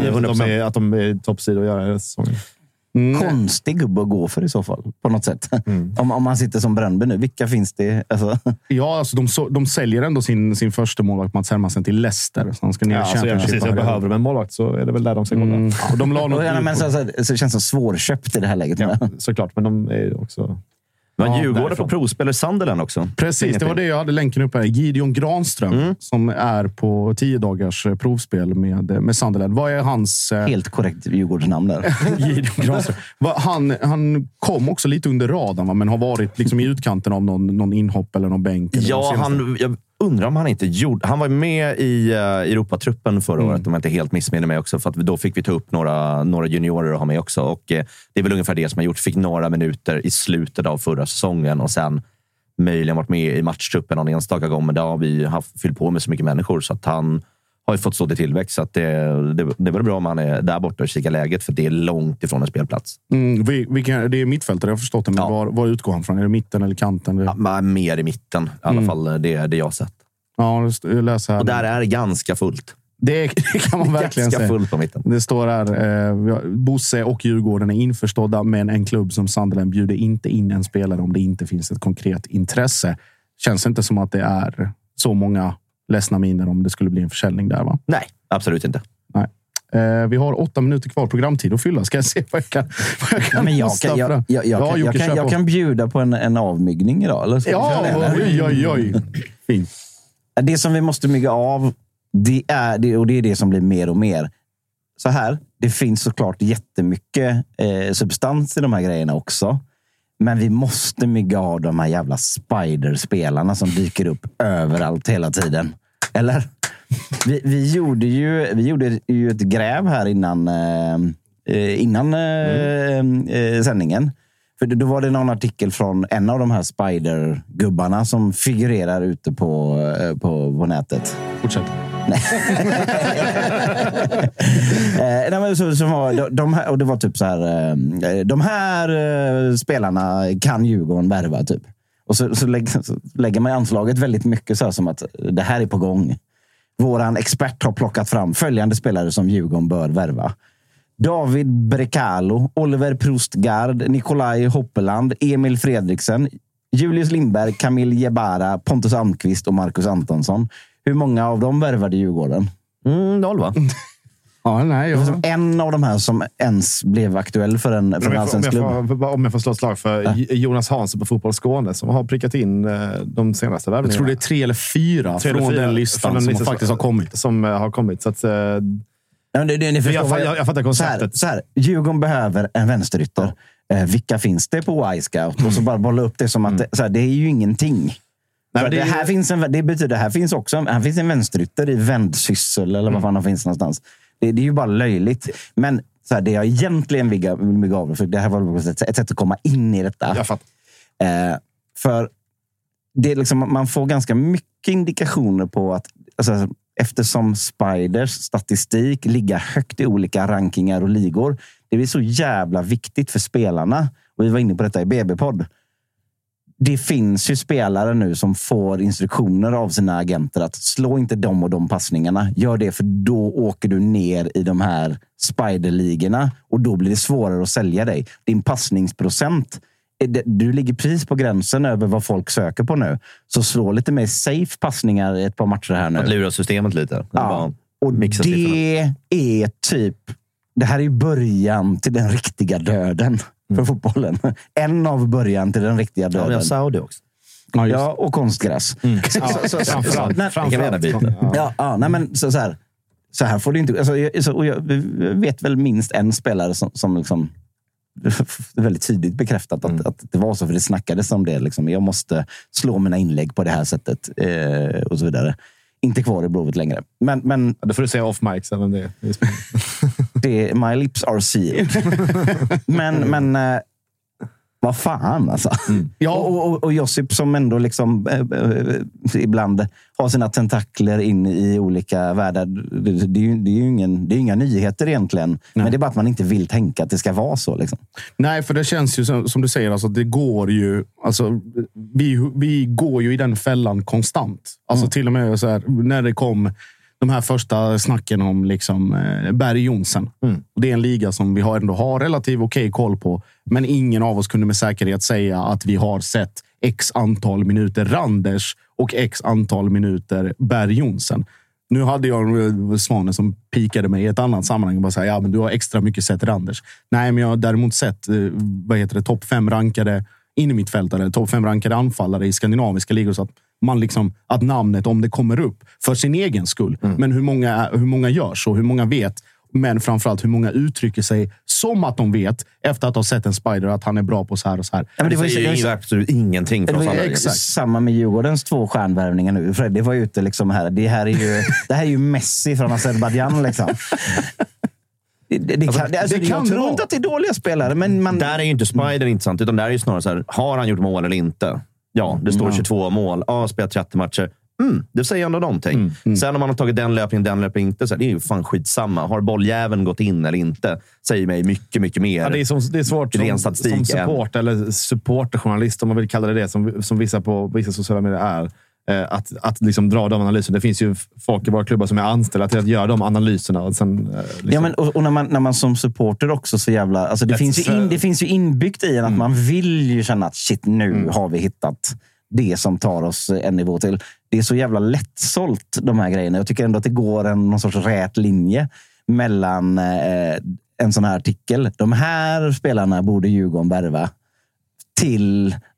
de är toppsidor att göra i säsongen. Konstig gubbe att gå för i så fall, på något sätt. Om man sitter som Brøndby nu, vilka finns det? Alltså. Ja, alltså de säljer ändå sin första målvakt Mats Hermansen till Leicester. Så han ska ner jag behöver en målvakt, så är det väl där de ska gå. Och de la så det känns som svårköpt i det här läget. Ja, såklart, men de är också... Men Djurgården på provspelare Sunderland också. Precis, det var det jag hade länken upp här. Gideon Granström som är på 10 dagars provspel med Sunderland. Vad är hans... Helt korrekt Djurgårdens namn där. Gideon Granström. Han kom också lite under radarn, men har varit liksom i utkanten av någon inhopp eller någon bänk. Eller jag undrar om han inte gjorde... Han var med i Europatruppen förra året, om jag inte helt missminner mig också, för att då fick vi ta upp några juniorer och ha med också. Och det är väl ungefär det som har gjort. Fick några minuter i slutet av förra säsongen och sen möjligen varit med i matchtruppen någon enstaka gång, men där har vi fyllt på med så mycket människor så att han har ju fått stå till tillväxt. Så att det är väl bra om han är där borta och kika läget, för det är långt ifrån en spelplats. Det är mittfältare, jag har förstått det, men var utgår han från? Är det mitten eller kanten? Ja, mer i mitten i alla fall, det är det jag har sett. Ja, jag läser här. Och där är det ganska fullt. Det kan man verkligen säga. Fullt på mitten. Det står här, Bosse och Djurgården är införstådda, men en klubb som Sunderland bjuder inte in en spelare om det inte finns ett konkret intresse. Känns inte som att det är så många ledsna miner om det skulle bli en försäljning där, va? Nej, absolut inte. Nej. Vi har 8 minuter kvar programtid att fylla. Ska jag se vad jag kan men jag kan bjuda på en avmyggning idag. Eller ska oj. Fint. Det som vi måste mygga av, det är det som blir mer och mer. Så här, det finns såklart jättemycket substans i de här grejerna också. Men vi måste mygga av de här jävla Spider-spelarna som dyker upp överallt hela tiden. Eller? Vi gjorde ju ett gräv här innan sändningen. För då var det någon artikel från en av de här Spider-gubbarna som figurerar ute på nätet. Fortsätt. Nej, men så var de här, och det var typ så här, de här spelarna kan Djurgården värva typ. Och så lägger man i anslaget väldigt mycket så här, som att det här är på gång. Våran expert har plockat fram följande spelare som Djurgården bör värva. David Brekalo, Oliver Prostgard, Nikolaj Hoppeland, Emil Fredriksen, Julius Lindberg, Camille Jebara, Pontus Almqvist och Marcus Antonsson. Hur många av dem värvade Djurgården? 0 va? Ja, nej. En av de här som ens blev aktuell för en allsvensk klubb. Om jag får slå ett slag för Jonas Hansson på Fotboll Skåne som har prickat in de senaste värvningarna. Jag tror det är 3 eller 4 från den listan som faktiskt har kommit. Som har kommit. Så att, jag fattar konceptet. Så här, Djurgården behöver en vänsterytter. Vilka finns det på Y-Scout? Och så bara bolla upp det som att det är ju ingenting. Nej, här finns en vänsterytter i Vändsyssel eller vad fan finns någonstans. Det är ju bara löjligt. Men så här, det jag egentligen vill bygga av, för det här var ett sätt att komma in i detta. Jag fattar. För det är liksom, man får ganska mycket indikationer på att alltså, eftersom Spiders statistik ligger högt i olika rankingar och ligor, det är så jävla viktigt för spelarna. Och vi var inne på detta i BB-podd. Det finns ju spelare nu som får instruktioner av sina agenter att slå inte de och de passningarna. Gör det, för då åker du ner i de här Spider-ligorna och då blir det svårare att sälja dig. Din passningsprocent, du ligger precis på gränsen över vad folk söker på nu. Så slå lite mer safe passningar i ett par matcher här nu. Att lura systemet lite. Ja, och det är typ... Det här är ju början till den riktiga döden för fotbollen. En av början till den riktiga döden. Ja, Saudi också. Ja, och konstgräs. Så här får det inte... Alltså, jag vet väl minst en spelare som liksom... väldigt tydligt bekräftat att det var så, för det snackades om det. Liksom. Jag måste slå mina inlägg på det här sättet och så vidare. Inte kvar i Blåvitt längre. Men då får du säga off mic sen om det. My lips are sealed. men vad fan alltså. Ja. Och Josip som ändå liksom ibland har sina tentakler in i olika världar. Det är ju inga nyheter egentligen. Nej. Men det är bara att man inte vill tänka att det ska vara så. Liksom. Nej, för det känns ju som du säger, alltså, det går ju... Alltså, vi går ju i den fällan konstant. Alltså till och med så här, när det kom... De här första snacken om liksom, Berg Jonsen. Det är en liga som vi ändå har relativt okej koll på. Men ingen av oss kunde med säkerhet säga att vi har sett x antal minuter Randers och x antal minuter Berg Jonsen. Nu hade jag Svanen som pikade mig i ett annat sammanhang och bara säga, ja men du har extra mycket sett Randers. Nej, men jag har däremot sett topp 5 rankade innermittfältare, topp 5 rankade anfallare i skandinaviska ligor, så att man liksom, att namnet, om det kommer upp för sin egen skull. Men hur många gör så, hur många vet, men framförallt hur många uttrycker sig som att de vet efter att ha sett en Spider att han är bra på så här och så här. Ja, men det var absolut ingenting för oss alla. Exakt samma med Djurgårdens 2 stjärnvärvningar nu. Freddy var ute liksom här. Det här är ju Messi från Azerbaijan liksom. Jag tror inte att det är dåliga spelare, men där är ju inte Spider intressant, utan där är ju snarare så här, har han gjort mål eller inte? Ja, det står 22 mål. Ja, spelat 30 matcher. Det säger ändå någonting. Sen om man har tagit den löpningen inte, så här, det är ju fan skitsamma. Har bolljäveln gått in eller inte? Säger mig mycket, mycket mer. Ja, det är svårt som support eller supporterjournalist, om man vill kalla det som vissa på vissa sociala medier är. Att liksom dra de analyserna. Det finns ju folk i våra klubbar som är anställda till att göra de analyserna. Och sen, liksom. Ja, men, och när man som supporter också så jävla... Alltså det finns ju inbyggt i en att man vill ju känna att shit, nu har vi hittat det som tar oss en nivå till. Det är så jävla lättsålt, de här grejerna. Jag tycker ändå att det går någon sorts rät linje mellan en sån här artikel. De här spelarna borde Djurgården värva, till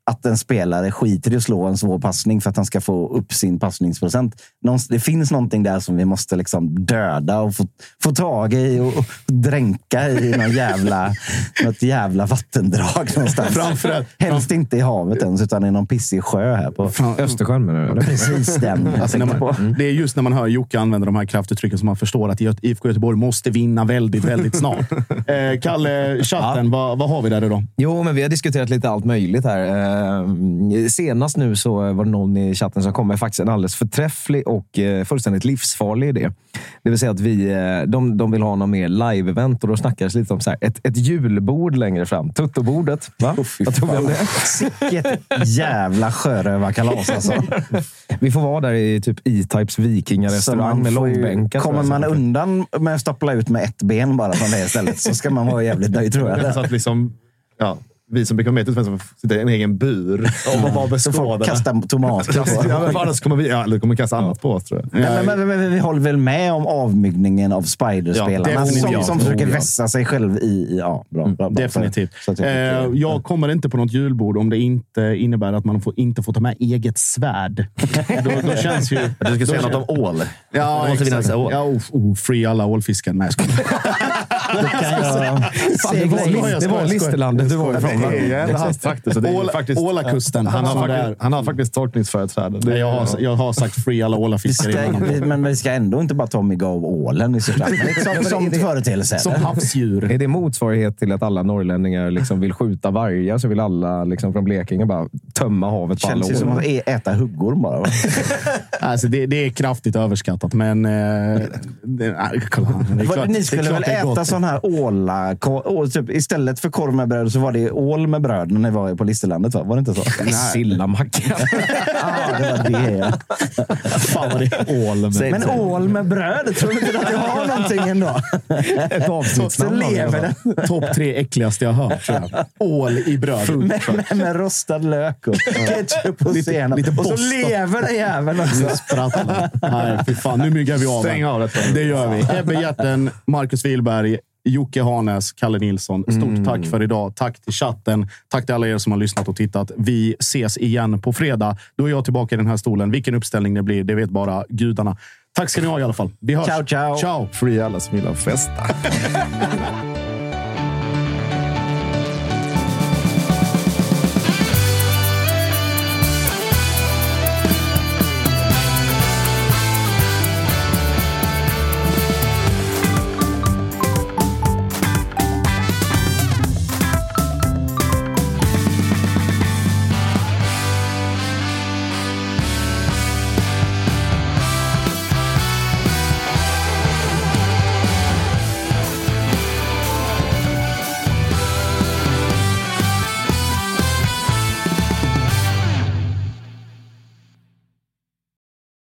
att en spelare skiter i att slå en svår passning för att han ska få upp sin passningsprocent. Det finns någonting där som vi måste liksom döda och få tag i och dränka i något jävla vattendrag någonstans. Helst inte i havet ens, utan i någon pissig sjö här på Östersjön. Men precis den. Det är just när man hör Jocke använda de här kraftuttrycken som man förstår att IFK Göteborg måste vinna väldigt, väldigt snart. Kalle, chatten, vad har vi där idag? Jo, men vi har diskuterat lite allt möjligt här. Senast nu så var det någon i chatten som kom med faktiskt en alldeles förträfflig och fullständigt livsfarlig idé. Det vill säga att de vill ha någon mer live-event, och då snackades lite om så här, ett julbord längre fram. Tuttobordet. Va? Vad tror du om det? Vilket jävla sjörövarkalas alltså. Vi får vara där i typ E-Types vikingarrestaurang med långbänkar. Kommer man undan med att stappla ut med ett ben bara från det istället, så ska man vara jävligt nöjd, tror jag. Så att liksom, vi som brukar möta som sitter i en egen bur och bara beskåda. Kasta tomater på. Annars kommer vi kommer kasta annat på oss, tror jag. Men vi håller väl med om avmygningen av Spider-spelarna som försöker vässa sig själv i... Ja, bra. Definitivt. Jag kommer inte på något julbord om det inte innebär att man inte får ta med eget svärd. Då känns ju... Du ska säga något om ål. Ja, exakt. Free alla ålfisken. Nej, det var Listerlandet du var ifrån. Ålakusten. Han har faktiskt tolkningsföreträde. Jag har sagt free alla ålafiskare. Men vi ska ändå inte bara ta mig av ålen i som företeelse. Som havsdjur. Är det motsvarighet till att alla norrlänningar liksom vill skjuta vargar, så vill alla liksom från Blekinge bara tömma havet på alla ål? Känns som att äta huggor bara. Alltså det är kraftigt överskattat, men ni skulle väl äta sån här åla typ, istället för korv med bröd så var det ål med bröd när ni var på Listerlandet, va? Var det inte så? Sillamacka. Det var det. Fan vad det är ål med. Men ål med bröd, tror du inte att jag har någonting ändå? Ett avsnittsnamn. Så lever den. Topp 3 äckligaste jag hört, tror jag. Ål i bröd. Med rostad lök och ketchup och senap. Och så lever den jäveln också. Nej, fy fan. Nu myggar vi av. Stäng av det. Det gör vi. Ebbe Hjerten, Marcus Wilberg, Jocke Hanes, Kalle Nilsson. Stort tack för idag. Tack till chatten. Tack till alla er som har lyssnat och tittat. Vi ses igen på fredag. Då är jag tillbaka i den här stolen. Vilken uppställning det blir, det vet bara gudarna. Tack ska ni ha i alla fall. Vi hörs. Ciao, ciao. Ciao. Free alla som vill ha festa.